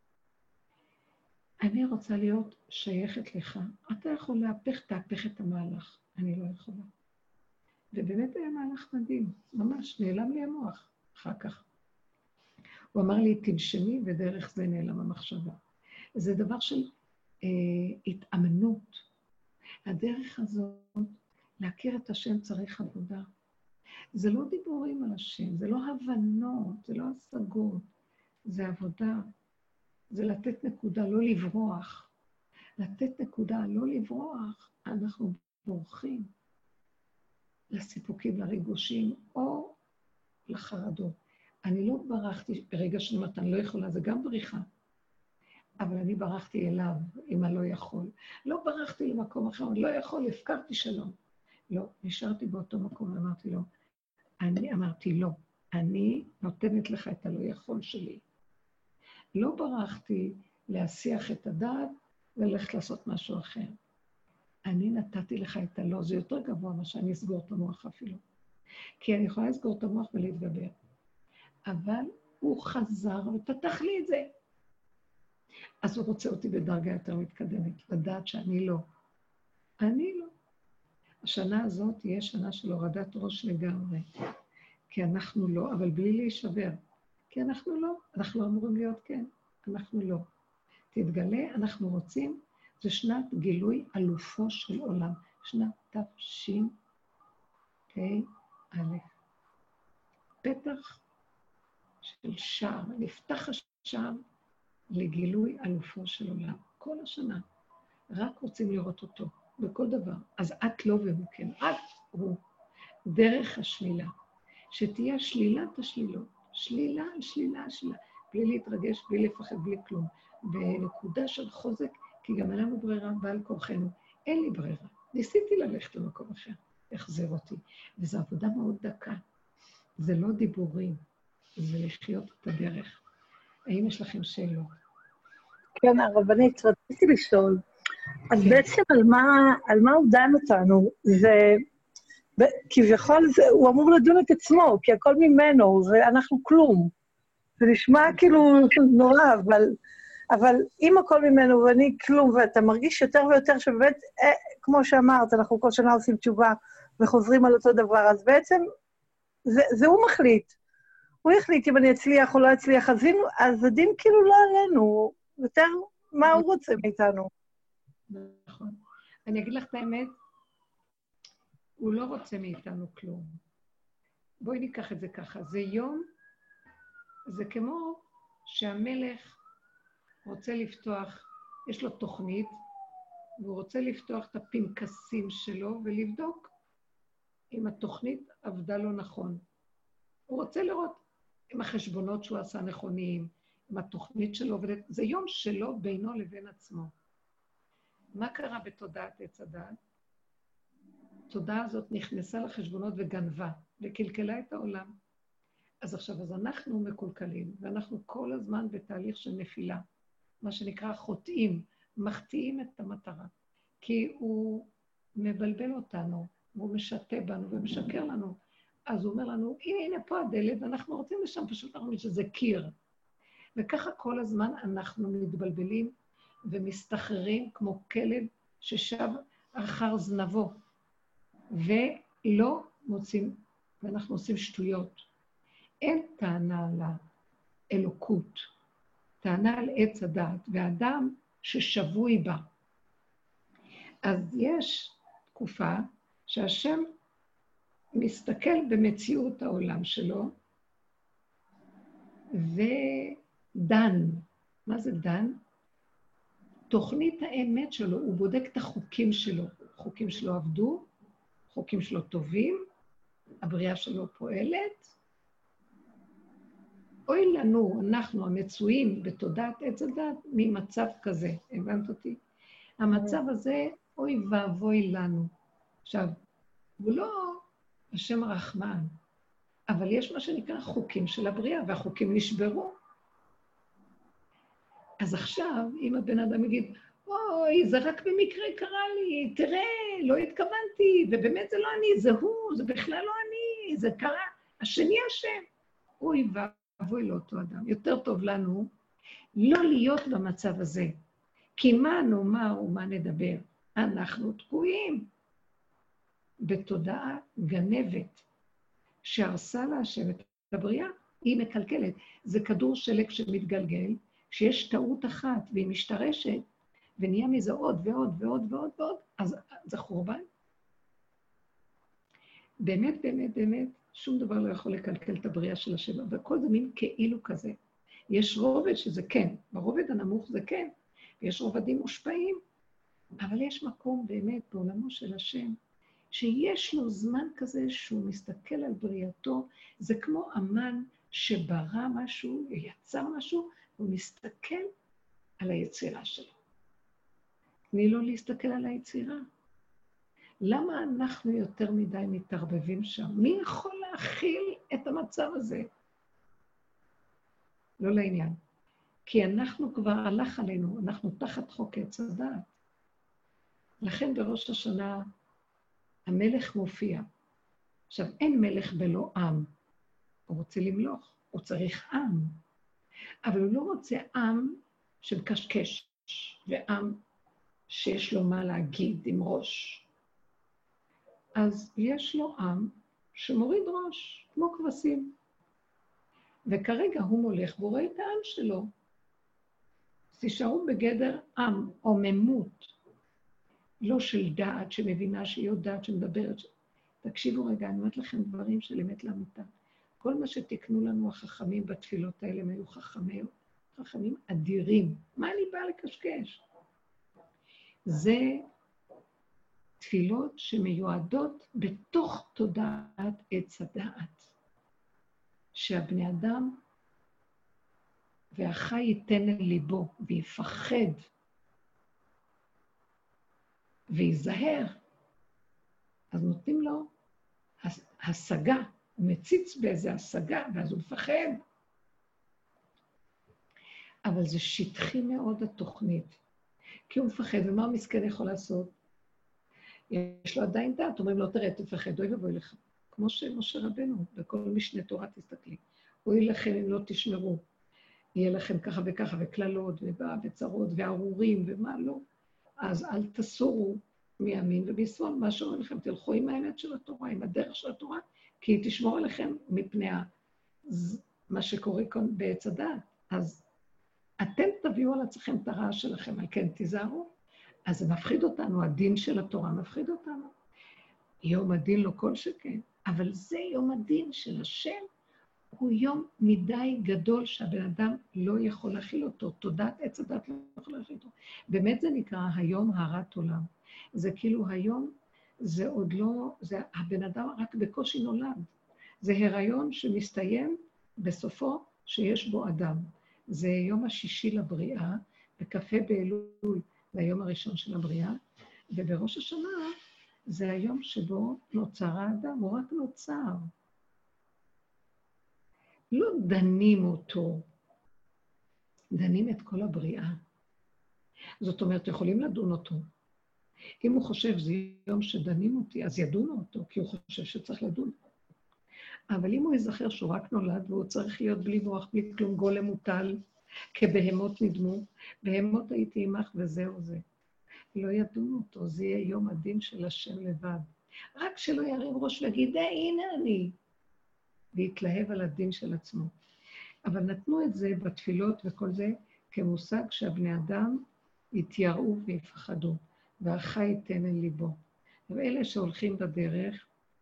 אני רוצה להיות שייכת לך. אתה יכול להפך, תהפך את המהלך. אני לא יכולה. ובאמת היה מהלך מדהים. ממש, נעלם לי המוח אחר כך. הוא אמר לי, תנשמי, ודרך זה נעלם המחשבה. זה דבר של אה, התאמנות. הדרך הזאת, להכיר את השם צריך עבודה. זה לא דיבורים על השם, זה לא הבנות, זה לא השגות, זה עבודה. זה לתת נקודה, לא לברוח. לתת נקודה, לא לברוח, אנחנו בורחים לסיפוקים, לריגושים, או לחרדות. אני לא ברחתי ברגע שאני אומרת, אני לא יכולה, זה גם בריחה. אבל אני ברחתי אליו, אם אני לא יכול. לא ברחתי למקום אחר, אני לא יכול, הפקרתי שלום. לא, נשארתי באותו מקום, ואמרתי לו, אני אמרתי לא, אני נותנת לך את הלא יכול שלי. לא ברחתי להסיח את הדעת וללכת לעשות משהו אחר. אני נתתי לך את הלא, זה יותר גבוה מה שאני אסגור את המוח אפילו. כי אני יכולה לסגור את המוח ולהתגבר. אבל הוא חזר ופתח לי את זה. אז הוא רוצה אותי בדרגה יותר מתקדמת, לדעת שאני לא. אני לא. השנה הזאת תהיה שנה של הורדת ראש לגמרי. כי אנחנו לא, אבל בלי להישבר. כי אנחנו לא, אנחנו אמורים להיות כן, אנחנו לא. תתגלה, אנחנו רוצים, זה שנת גילוי אלופו של עולם. שנת תש"ע. פתח של שער, נפתח השער לגילוי אלופו של עולם. כל השנה. רק רוצים לראות אותו, בכל דבר. אז את לא והוא כן, את הוא. דרך השלילה. שתהיה שלילת השלילות. שלילה, שלילה, שלילה. בלי להתרגש, בלי לפחד, בלי כלום. בנקודה של חוזק, כי גם אין לנו ברירה, בעל כורחנו. אין לי ברירה. ניסיתי ללכת למקום אחר, החזר אותי. וזו עבודה מאוד דקה. זה לא דיבורים, זה לחיות את הדרך. האם יש לכם שאלות? כן, הרבנית, רציתי לשאול. אז כן. בעצם על מה, על מה הוא דן אותנו? זה, כביכול, זה, הוא אמור לדון את עצמו, כי הכל ממנו, ואנחנו כלום. זה נשמע כאילו נורא, אבל, אבל אם הכל ממנו ואני כלום, ואתה מרגיש יותר ויותר שבאמת, אה, כמו שאמרת, אנחנו כל שנה עושים תשובה וחוזרים על אותו דבר, אז בעצם זה, זה הוא מחליט. הוא יחליט אם אני אצליח או לא אצליח, אז, אז הדין כאילו לא עלינו, יותר מה הוא רוצה מאיתנו. נכון. אני אגיד לך את האמת, הוא לא רוצה מאיתנו כלום. בואי ניקח את זה ככה, זה יום, זה כמו שהמלך רוצה לפתוח, יש לו תוכנית, והוא רוצה לפתוח את הפנקסים שלו ולבדוק אם התוכנית עבדה לו נכון. הוא רוצה לראות אם החשבונות שהוא עשה נכונים, אם התוכנית שלו עובדת, זה יום שלו בינו לבין עצמו. מה קרה בתודעת עץ הדעת? התודעה הזאת נכנסה לחשבונות וגנבה, וקלקלה את העולם. אז עכשיו, אז אנחנו מקולקלים, ואנחנו כל הזמן בתהליך של נפילה, מה שנקרא חוטאים, מחטיאים את המטרה, כי הוא מבלבל אותנו, והוא משתה בנו ומשקר לנו. אז הוא אומר לנו, הנה, הנה פה הדלת, ואנחנו רוצים לשם פשוט להרמיד שזה קיר. וככה כל הזמן אנחנו מתבלבלים ומסתחררים כמו כלב ששב אחר זנבו, ולא מוצאים, ואנחנו עושים שטויות. אין טענה על האלוקות, טענה על עץ הדעת, והאדם ששבוי בה. אז יש תקופה שהשם מסתכל במציאות העולם שלו, ודן. מה זה דן? תוכנית האמת שלו, הוא בודק את החוקים שלו. חוקים שלו עבדו, חוקים שלו טובים, הבריאה שלו פועלת. אוי לנו, אנחנו המצויים בתודעת עץ הדת, ממצב כזה. הבנת אותי? המצב הזה, אוי ואבוי לנו. עכשיו, הוא לא השם הרחמן, אבל יש מה שנקרא חוקים של הבריאה, והחוקים נשברו. אז עכשיו, אם הבן אדם יגיד, אוי, זה רק במקרה קרה לי, תראה, לא התכוונתי, ובאמת זה לא אני, זה הוא, זה בכלל לא אני, זה קרה, השני השם. אוי ואבוי לאותו אדם. יותר טוב לנו לא להיות במצב הזה, כי מה נאמר ומה נדבר? אנחנו תקועים בתודעה גנבת, שהרסה להשם את הבריאה, היא מקלקלת. זה כדור שלג שמתגלגל, שיש טעות אחת והיא משתרשת, ונהיה מזה עוד ועוד ועוד ועוד ועוד, אז זה חורבן. באמת, באמת, באמת, שום דבר לא יכול לקלקל את הבריאה של השם, וכל זה מין כאילו כזה. יש רובד שזה כן, ברובד הנמוך זה כן, ויש רובדים מושפעים, אבל יש מקום באמת בעולמו של השם, שיש לו זמן כזה שהוא מסתכל על בריאתו, זה כמו אמן שברא משהו, יצר משהו, הוא מסתכל על היצירה שלו. תני לו להסתכל על היצירה. למה אנחנו יותר מדי מתערבבים שם? מי יכול להכיל את המצב הזה? לא לעניין. כי אנחנו כבר הלך עלינו, אנחנו תחת חוק עץ הדעת. לכן בראש השנה המלך מופיע. עכשיו, אין מלך בלא עם. הוא רוצה למלוך, הוא צריך עם. אבל הוא לא רוצה עם שמקשקש, ועם שיש לו מה להגיד עם ראש. אז יש לו עם שמוריד ראש, כמו כבשים. וכרגע הוא מולך והוא רואה את העם שלו. תישארו בגדר עם, עוממות, לא של דעת שמבינה שהיא יודעת שמדברת. תקשיבו רגע, אני אומרת לכם דברים של אמת לאמיתה. כל מה שתקנו לנו החכמים בתפילות האלה, הם היו חכמים, חכמים אדירים. מה אני באה לקשקש? זה תפילות שמיועדות בתוך תודעת עץ הדעת. שהבני אדם והחי ייתן אל ליבו ויפחד ויזהר, אז נותנים לו השגה, הוא מציץ באיזה השגה, ואז הוא מפחד. אבל זה שטחי מאוד התוכנית, כי הוא מפחד, ומה המסכן יכול לעשות? יש לו עדיין דעת, אומרים לו, תראה, תפחד, אוי ובואי לך. כמו שמשה רבנו, בכל משנה תורה תסתכלי. אוי לכם אם לא תשמרו. יהיה לכם ככה וככה, וכללות, וצרות, וארורים, ומה לא. אז אל תסורו מימין ובישמאל, מה שאומר לכם, תלכו עם האמת של התורה, עם הדרך של התורה, כי היא תשמור עליכם מפני מה שקורה כאן בעץ הדעת. אז אתם תביאו על עצמכם את הרעה שלכם, על כן תיזהרו. אז זה מפחיד אותנו, הדין של התורה מפחיד אותנו. יום הדין לא כל שכן, אבל זה יום הדין של השם, הוא יום מדי גדול שהבן אדם לא יכול להכיל אותו, תודעת עץ הדת לא יכול להכיל אותו. באמת זה נקרא היום הרת עולם. זה כאילו היום, זה עוד לא, זה הבן אדם רק בקושי נולד. זה הריון שמסתיים בסופו שיש בו אדם. זה יום השישי לבריאה, בקפה באלול, זה היום הראשון של הבריאה, ובראש השנה זה היום שבו נוצר האדם, הוא רק נוצר. לא דנים אותו, דנים את כל הבריאה. זאת אומרת, יכולים לדון אותו. אם הוא חושב זה יום שדנים אותי, אז ידונו אותו, כי הוא חושב שצריך לדון. אבל אם הוא יזכר שהוא רק נולד, והוא צריך להיות בלי מוח, בלי כלום, גולם מוטל, כבהמות נדמו, בהמות הייתי עמך וזהו זה. לא ידונו אותו, זה יהיה יום הדין של השם לבד. רק שלא ירים ראש ויגיד, אה, הנה אני. להתלהב על הדין של עצמו. אבל נתנו את זה בתפילות וכל זה כמושג שהבני אדם יתייראו ויפחדו, והחי ייתן אל ליבו. ואלה שהולכים בדרך,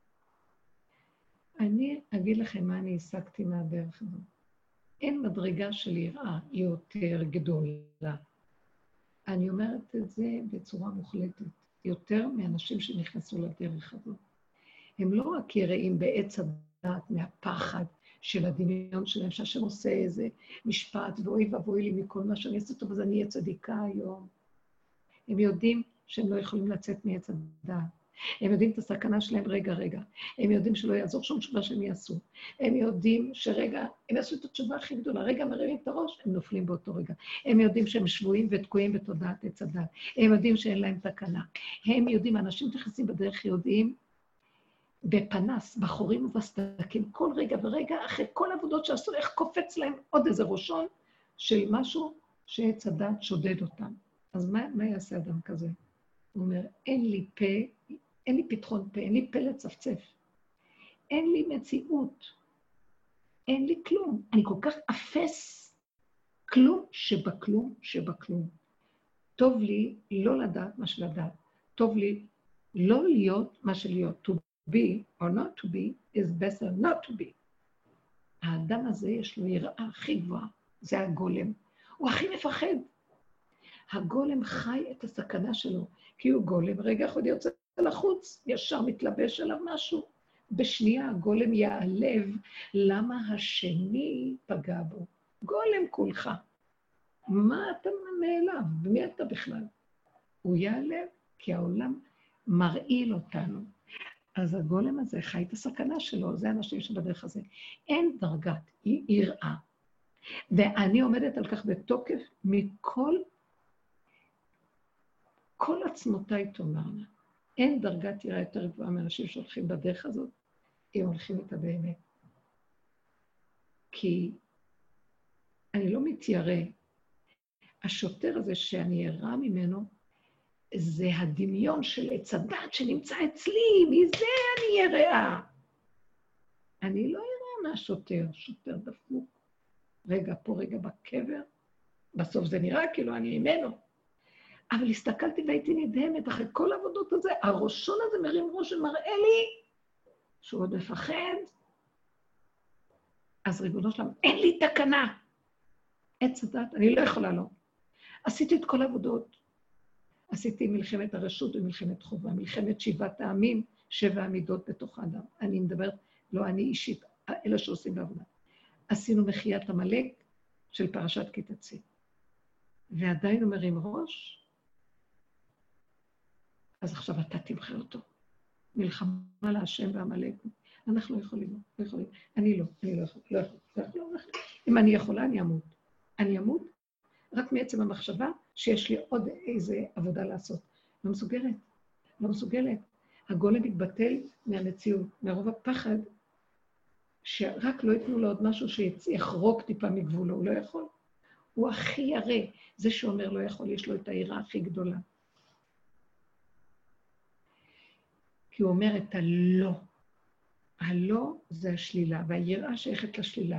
אני אגיד לכם מה אני השגתי מהדרך הזאת. אין מדרגה של יראה יותר גדולה. אני אומרת את זה בצורה מוחלטת, יותר מאנשים שנכנסו לדרך הזאת. הם לא רק יראים בעץ הדעת מהפחד של הדמיון שלהם, שהשם עושה איזה משפט, ואוי ואבוי לי מכל מה שאני אעשה טוב, אז אני אהיה צדיקה היום. הם יודעים שהם לא יכולים לצאת מעץ הדעת. הם יודעים את הסכנה שלהם רגע רגע. הם יודעים שלא יעזור שום תשובה שהם יעשו. הם יודעים שרגע, הם יעשו את התשובה הכי גדולה. רגע מרימים את הראש, הם נופלים באותו רגע. הם יודעים שהם שבויים ותקועים בתודעת עץ הדעת. הם יודעים שאין להם תקנה. הם יודעים, אנשים נכנסים בדרך יודעים, בפנס, בחורים ובסדקים, כל רגע ורגע, אחרי כל עבודות שעשו, איך קופץ להם עוד איזה ראשון של משהו שעץ הדעת שודד אותם. אז מה, מה יעשה אדם כזה? הוא אומר, אין לי פה, אין לי פתחון פה, אין לי פה לצפצף. אין לי מציאות. אין לי כלום. אני כל כך אפס. כלום שבכלום שבכלום. טוב לי לא לדעת מה שלדעת. טוב לי לא להיות מה שלהיות. To be or not to be is better not to be. האדם הזה יש לו יראה הכי גבוהה. זה הגולם. הוא הכי מפחד. הגולם חי את הסכנה שלו, כי הוא גולם, רגע יכול יוצא לחוץ, ישר מתלבש עליו משהו. בשנייה הגולם יעלב למה השני פגע בו. גולם כולך. מה אתה נעלב? ומי אתה בכלל? הוא ייעלב, כי העולם מרעיל אותנו. אז הגולם הזה חי את הסכנה שלו, זה האנשים שבדרך הזה. אין דרגת יראה. ואני עומדת על כך בתוקף מכל, כל עצמותיי תאמרנה. אין דרגת יראה יותר גבוהה מאנשים שהולכים בדרך הזאת, הם הולכים איתה באמת. כי אני לא מתיירא. השוטר הזה שאני ירא ממנו, זה הדמיון של עץ הדת שנמצא אצלי, מזה אני יראה. אני לא יראה מהשוטר, שוטר דפוק. רגע פה, רגע בקבר, בסוף זה נראה כאילו אני ממנו. אבל הסתכלתי והייתי נדהמת, אחרי כל העבודות הזה, הראשון הזה מרים ראש ומראה לי, שהוא עוד מפחד. אז ריבונו שלם, אין לי תקנה. עץ הדת, אני לא יכולה לו. עשיתי את כל העבודות. עשיתי מלחמת הרשות ומלחמת חובה, מלחמת שבעת העמים, שבע עמידות בתוך האדם. אני מדברת, לא אני אישית, אלה שעושים בעבודה. עשינו מחיית המלאק של פרשת כי תצא. ועדיין הוא מרים ראש, אז עכשיו אתה תמחה אותו. מלחמה להשם והמלאק. אנחנו לא יכולים, לא יכולים. אני לא, אני לא יכול, לא יכול, לא יכול, לא יכול. אם אני יכולה, אני אמות. אני אמות רק מעצם המחשבה שיש לי עוד איזה עבודה לעשות. לא מסוגלת, לא מסוגלת. הגולם מתבטל מהמציאות, מרוב הפחד, שרק לא ייתנו לו עוד משהו שיחרוק טיפה מגבולו, הוא לא יכול. הוא הכי ירא, זה שאומר לא יכול, יש לו את היראה הכי גדולה. כי הוא אומר את הלא. הלא זה השלילה, והיראה שייכת לשלילה.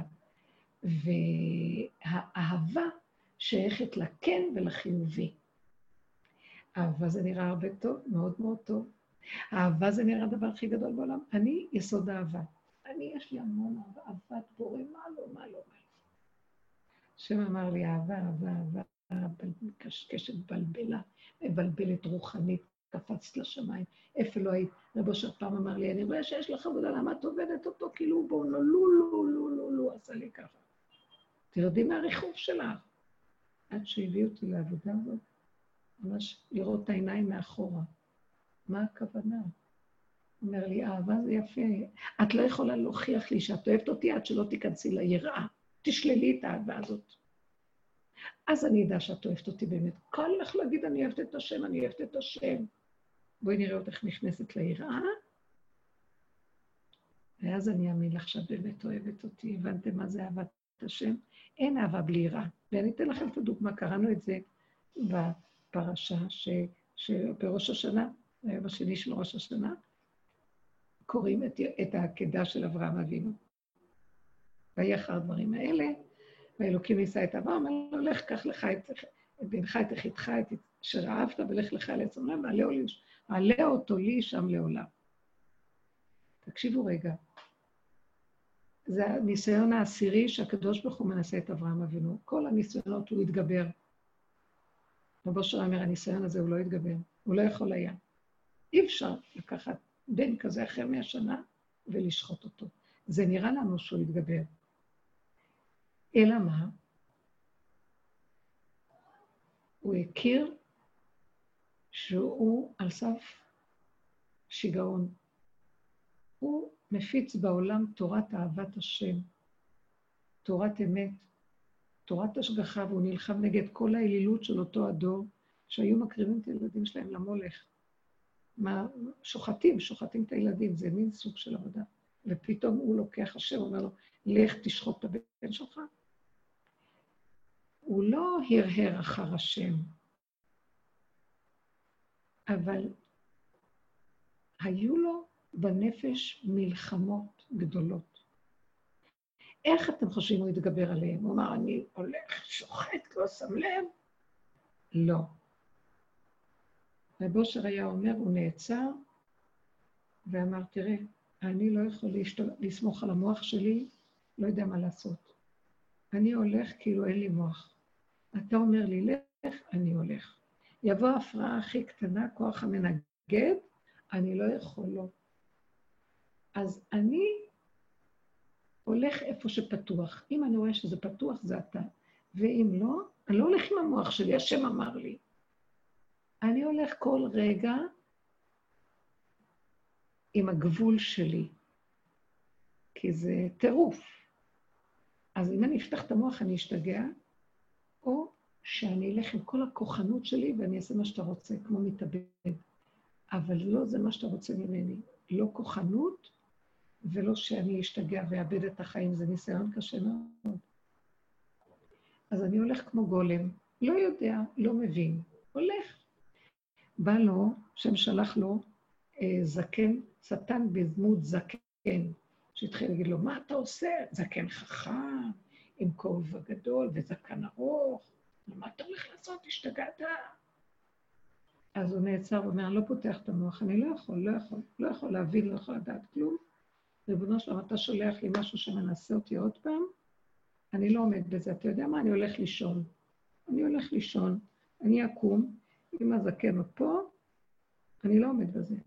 והאהבה שייכת לכן ולחיובי. אהבה זה נראה הרבה טוב, מאוד מאוד טוב. אהבה זה נראה הדבר הכי גדול בעולם. אני יסוד אהבה. אני, יש לי המון אהבה, אהבת בורא, מה לא, מה לא, מה לא. השם אמר לי, אהבה, אהבה, אהבה, קשקשת בלבלה, מבלבלת רוחנית, קפצת לשמיים. איפה לא היית? רב אושר פעם אמר לי, אני רואה שיש לך עבודה, למה את עובדת אותו? כאילו בואו, לא, לא, לא, לא, לא, לא, עשה לי ככה. תרדי מהריחוף שלך. עד שהביאו אותי לעבודה הזאת, ממש לראות את העיניים מאחורה. מה הכוונה? אומר לי, אהבה זה יפה. את לא יכולה להוכיח לי שאת אוהבת אותי עד שלא תיכנסי ליראה. תשללי את האהבה הזאת. אז אני אדע שאת אוהבת אותי באמת. קל לך להגיד, אני אוהבת את השם, אני אוהבת את השם. בואי נראה אותך נכנסת ליראה. ואז אני אאמין לך שאת באמת אוהבת אותי. הבנתם מה זה אהבת השם? אין אהבה בלי יראה. ואני אתן לכם את הדוגמה, קראנו את זה בפרשה ש... שבראש השנה, היום השני של ראש השנה, קוראים את, את העקדה של אברהם אבינו. ויהי אחר הדברים האלה, ואלוקים ניסה את אברהם, אמר לו, לך, קח לך את, את בנך, את יחידך, את אשר אהבת, ולך לך לעץ עולם, ועלה אותו לי שם לעולם. תקשיבו רגע, זה הניסיון העשירי שהקדוש ברוך הוא מנסה את אברהם אבינו. כל הניסיונות הוא התגבר. רב אושר אומר, הניסיון הזה הוא לא התגבר, הוא לא יכול היה. אי אפשר לקחת בן כזה אחרי מאה שנה ולשחוט אותו. זה נראה לנו שהוא התגבר. אלא מה? הוא הכיר שהוא על סף שיגעון. הוא מפיץ בעולם תורת אהבת השם, תורת אמת, תורת השגחה, והוא נלחם נגד כל האלילות של אותו הדור, שהיו מקריבים את הילדים שלהם למולך. מה, שוחטים, שוחטים את הילדים, זה מין סוג של עבודה. ופתאום הוא לוקח השם, אומר לו, לך תשחוט את הבן שלך. הוא לא הרהר אחר השם, אבל היו לו בנפש מלחמות גדולות. איך אתם חושבים הוא יתגבר עליהם? הוא אמר, אני הולך, שוחט, לא שם לב? לא. רב אושר היה אומר, הוא נעצר, ואמר, תראה, אני לא יכול להשתול, לסמוך על המוח שלי, לא יודע מה לעשות. אני הולך כאילו אין לי מוח. אתה אומר לי, לך, אני הולך. יבוא ההפרעה הכי קטנה, כוח המנגד, אני לא יכול לו. אז אני הולך איפה שפתוח. אם אני רואה שזה פתוח, זה אתה. ואם לא, אני לא הולך עם המוח שלי, השם אמר לי. אני הולך כל רגע עם הגבול שלי, כי זה טירוף. אז אם אני אפתח את המוח, אני אשתגע, או שאני אלך עם כל הכוחנות שלי ואני אעשה מה שאתה רוצה, כמו מתאבד. אבל לא זה מה שאתה רוצה ממני. לא כוחנות, ולא שאני אשתגע ואאבד את החיים. זה ניסיון קשה מאוד. אז אני הולך כמו גולם, לא יודע, לא מבין, הולך. בא לו, שם שלח לו, אה, זקן, שטן בדמות זקן, שהתחיל להגיד לו, מה אתה עושה? זקן חכם, עם כובע גדול וזקן ארוך, מה אתה הולך לעשות? השתגעת? אז הוא נעצר ואומר, אני לא פותח את המוח, אני לא יכול, לא יכול, לא יכול להבין, לא יכול לדעת כלום. ריבונו שלום, אתה שולח לי משהו שמנסה אותי עוד פעם, אני לא עומד בזה, אתה יודע מה? אני הולך לישון. אני הולך לישון, אני אקום, אם הזקן עוד פה, אני לא עומד בזה.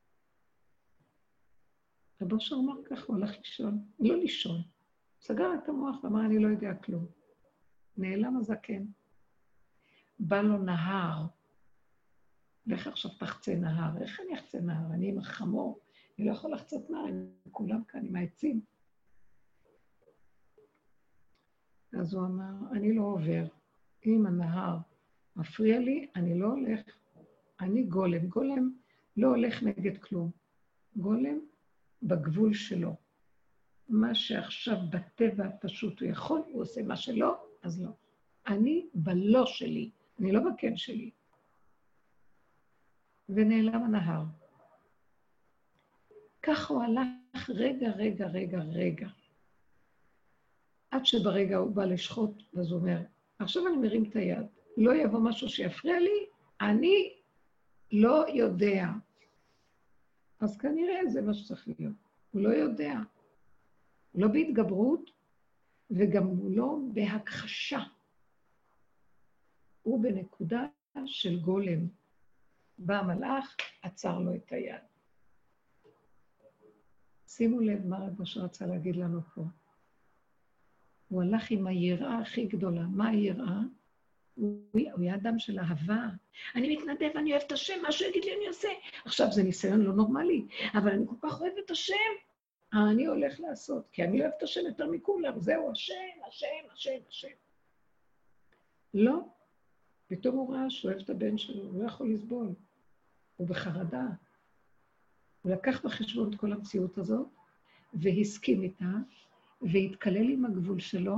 רבו אושר אמר ככה, הוא הלך לישון, לא לישון. סגר את המוח ואמר, אני לא יודע כלום. נעלם הזקן. בא לו נהר. ואיך עכשיו תחצה נהר? איך אני אחצה נהר? אני עם החמור. אני לא יכול לחצות נהר, עם כולם כאן, עם העצים. אז הוא אמר, אני לא עובר. אם הנהר מפריע לי, אני לא הולך. אני גולם. גולם לא הולך נגד כלום. גולם בגבול שלו. מה שעכשיו בטבע הפשוט הוא יכול, הוא עושה מה שלא, אז לא. אני בלא שלי, אני לא בכן שלי. ונעלם הנהר. ככה הוא הלך רגע, רגע, רגע, רגע. עד שברגע הוא בא לשחוט, ואז הוא אומר, עכשיו אני מרים את היד, לא יבוא משהו שיפריע לי, אני לא יודע. אז כנראה זה מה שצריך להיות. הוא לא יודע. הוא לא בהתגברות, וגם הוא לא בהכחשה. הוא בנקודה של גולם. בא המלאך, עצר לו את היד. שימו לב מה רב אושר רצה להגיד לנו פה. הוא הלך עם היראה הכי גדולה. מה היראה? הוא, הוא היה אדם של אהבה. אני מתנדב, אני אוהב את השם, מה שהוא יגיד לי אני עושה. עכשיו זה ניסיון לא נורמלי, אבל אני כל כך אוהב את השם. אני הולך לעשות, כי אני אוהב את השם יותר מכולם. זהו, השם, השם, השם, השם. לא. פתאום הוא ראה שהוא אוהב את הבן שלו, הוא לא יכול לסבול. הוא בחרדה. הוא לקח בחשבון את כל המציאות הזאת, והסכים איתה, והתקלל עם הגבול שלו,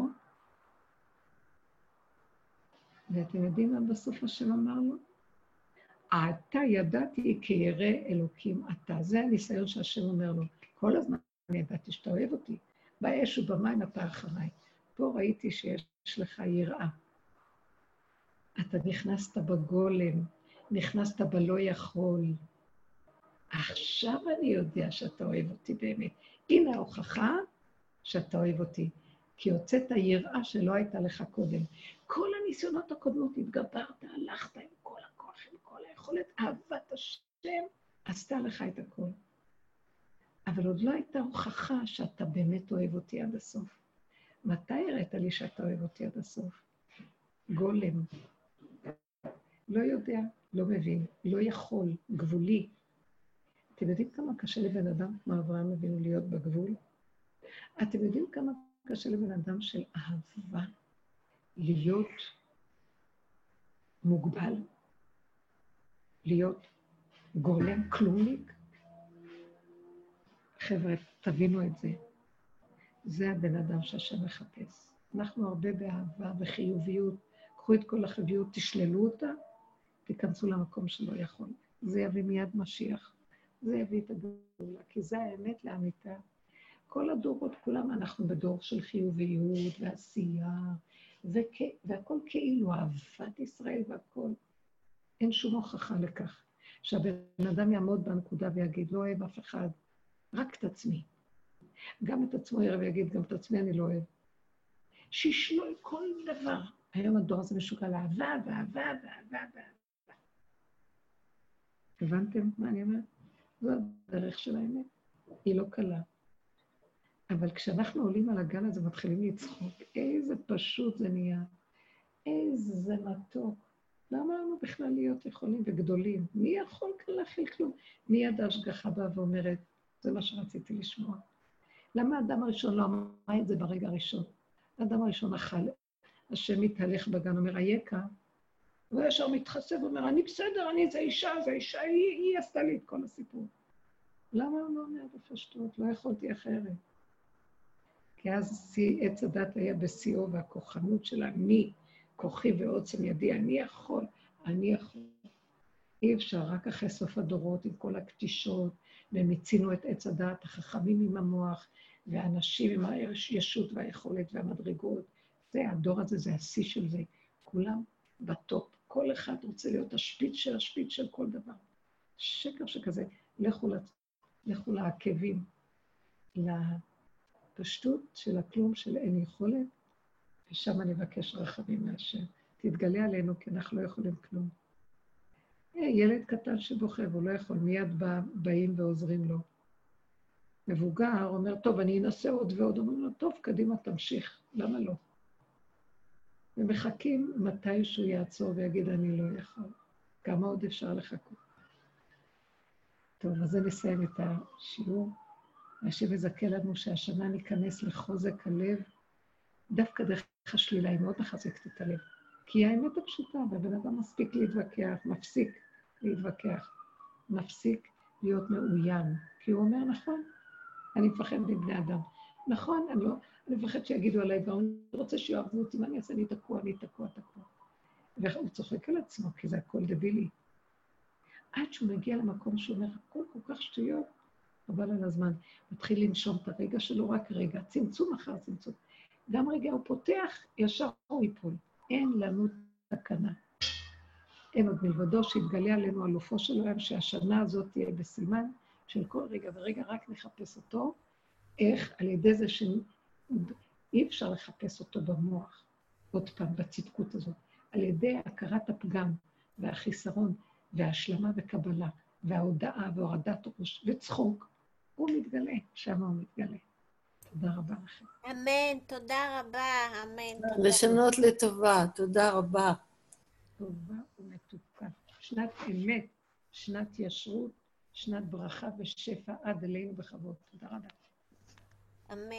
ואתם יודעים מה בסוף השם אמר לו? אתה ידעתי כי ירא אלוקים אתה. זה הניסיון שהשם אומר לו. כל הזמן אני ידעתי שאתה אוהב אותי. באש ובמים אתה אחריי. פה ראיתי שיש לך יראה. אתה נכנסת בגולם, נכנסת בלא יכול. עכשיו אני יודע שאתה אוהב אותי באמת. הנה ההוכחה שאתה אוהב אותי. כי הוצאת יראה שלא הייתה לך קודם. כל הניסיונות הקודמות התגברת, הלכת עם כל הכוח, עם כל היכולת, אהבת השם, עשתה לך את הכל. אבל עוד לא הייתה הוכחה שאתה באמת אוהב אותי עד הסוף. מתי הראית לי שאתה אוהב אותי עד הסוף? גולם. לא יודע, לא מבין, לא יכול, גבולי. אתם יודעים כמה קשה לבן אדם כמו אברהם אבינו להיות בגבול? אתם יודעים כמה קשה לבן אדם של אהבה, להיות מוגבל, להיות גולם, כלומניק? חבר'ה, תבינו את זה. זה הבן אדם שהשם מחפש. אנחנו הרבה באהבה וחיוביות. קחו את כל החיוביות, תשללו אותה, תיכנסו למקום שלא יכול. זה יביא מיד משיח. זה יביא את הגאולה, כי זה האמת לאמיתה. כל הדורות, כולם אנחנו בדור של חיוביות ועשייה, וכ... והכל כאילו אהבת ישראל והכל. אין שום הוכחה לכך. שהבן אדם יעמוד בנקודה ויגיד, לא אוהב אף אחד, רק את עצמי. גם את עצמו יראה ויגיד, גם את עצמי אני לא אוהב. שישלול כל דבר. היום הדור הזה משוקע לאהבה, ואהבה, ואהבה, ואהבה. הבנתם מה אני אומרת? זו הדרך של האמת. היא לא קלה. אבל כשאנחנו עולים על הגל הזה, מתחילים לצחוק. איזה פשוט זה נהיה. איזה מתוק. לא אמרנו בכלל להיות יכולים וגדולים. מי יכול כאן להכיל כלום? מי יד ההשגחה באה ואומרת, זה מה שרציתי לשמוע. למה האדם הראשון לא אמר את זה ברגע הראשון? האדם הראשון אכל, השם מתהלך בגן, אומר, היקה, והוא ישר מתחסב, אומר, אני בסדר, אני זה אישה, זה אישה, היא, היא עשתה לי את כל הסיפור. למה הוא לא אומר בפשטות? לא יכולתי אחרת. כי אז עץ הדת היה בשיאו והכוחנות שלה, מי, כוחי ועוצם ידי, אני יכול, אני יכול. אי אפשר, רק אחרי סוף הדורות, עם כל הקטישות, והם הצינו את עץ הדת, החכמים עם המוח, והאנשים עם הישות והיכולת והמדרגות. זה, הדור הזה, זה השיא של זה. כולם בטופ, כל אחד רוצה להיות השפיץ של השפיץ של כל דבר. שקר שכזה, לכו, לכו לעקבים, לפשטות של הכלום של אין יכולת, ושם אני מבקש רחמים מהשם. תתגלה עלינו, כי אנחנו לא יכולים כלום. ילד קטן שבוכה, והוא לא יכול, מיד בא, באים ועוזרים לו. מבוגר אומר, טוב, אני אנסה עוד ועוד, אומרים לו, טוב, קדימה, תמשיך, למה לא? ומחכים מתי שהוא יעצור ויגיד, אני לא יכול. כמה עוד אפשר לחכות? טוב, אז זה נסיים את השיעור. השם יזכה לנו שהשנה ניכנס לחוזק הלב, דווקא דרך השלילה, היא מאוד מחזקת את הלב. כי האמת הפשוטה, והבן אדם מספיק להתווכח, מפסיק להתווכח, מפסיק להיות מאוים. כי הוא אומר, נכון, אני מפחד מבני אדם. נכון, אני לא, אני מפחד שיגידו עליי, ואני רוצה שיאהבו אותי, מה אני אעשה? אני תקוע, אני תקוע, תקוע. והוא צוחק על עצמו, כי זה הכל דבילי. עד שהוא מגיע למקום שאומר, הכל כל כך שטויות, אבל על הזמן, מתחיל לנשום את הרגע שלו, רק רגע, צמצום אחר צמצום. גם רגע הוא פותח, ישר הוא ייפול. אין לנו תקנה. אין עוד מלבדו שהתגלה עלינו על אופו של עולם, שהשנה הזאת תהיה בסימן של כל רגע ורגע, רק נחפש אותו. איך? על ידי זה שאי אפשר לחפש אותו במוח, עוד פעם, בצדקות הזאת. על ידי הכרת הפגם והחיסרון וההשלמה וקבלה וההודעה והורדת ראש וצחוק, הוא מתגלה, שם הוא מתגלה. תודה רבה לכם. אמן, תודה רבה, אמן. לשנות לטובה, תודה רבה. טובה ומתוקה. שנת אמת, שנת ישרות, שנת ברכה ושפע עד אלינו בכבוד. תודה רבה. אמן.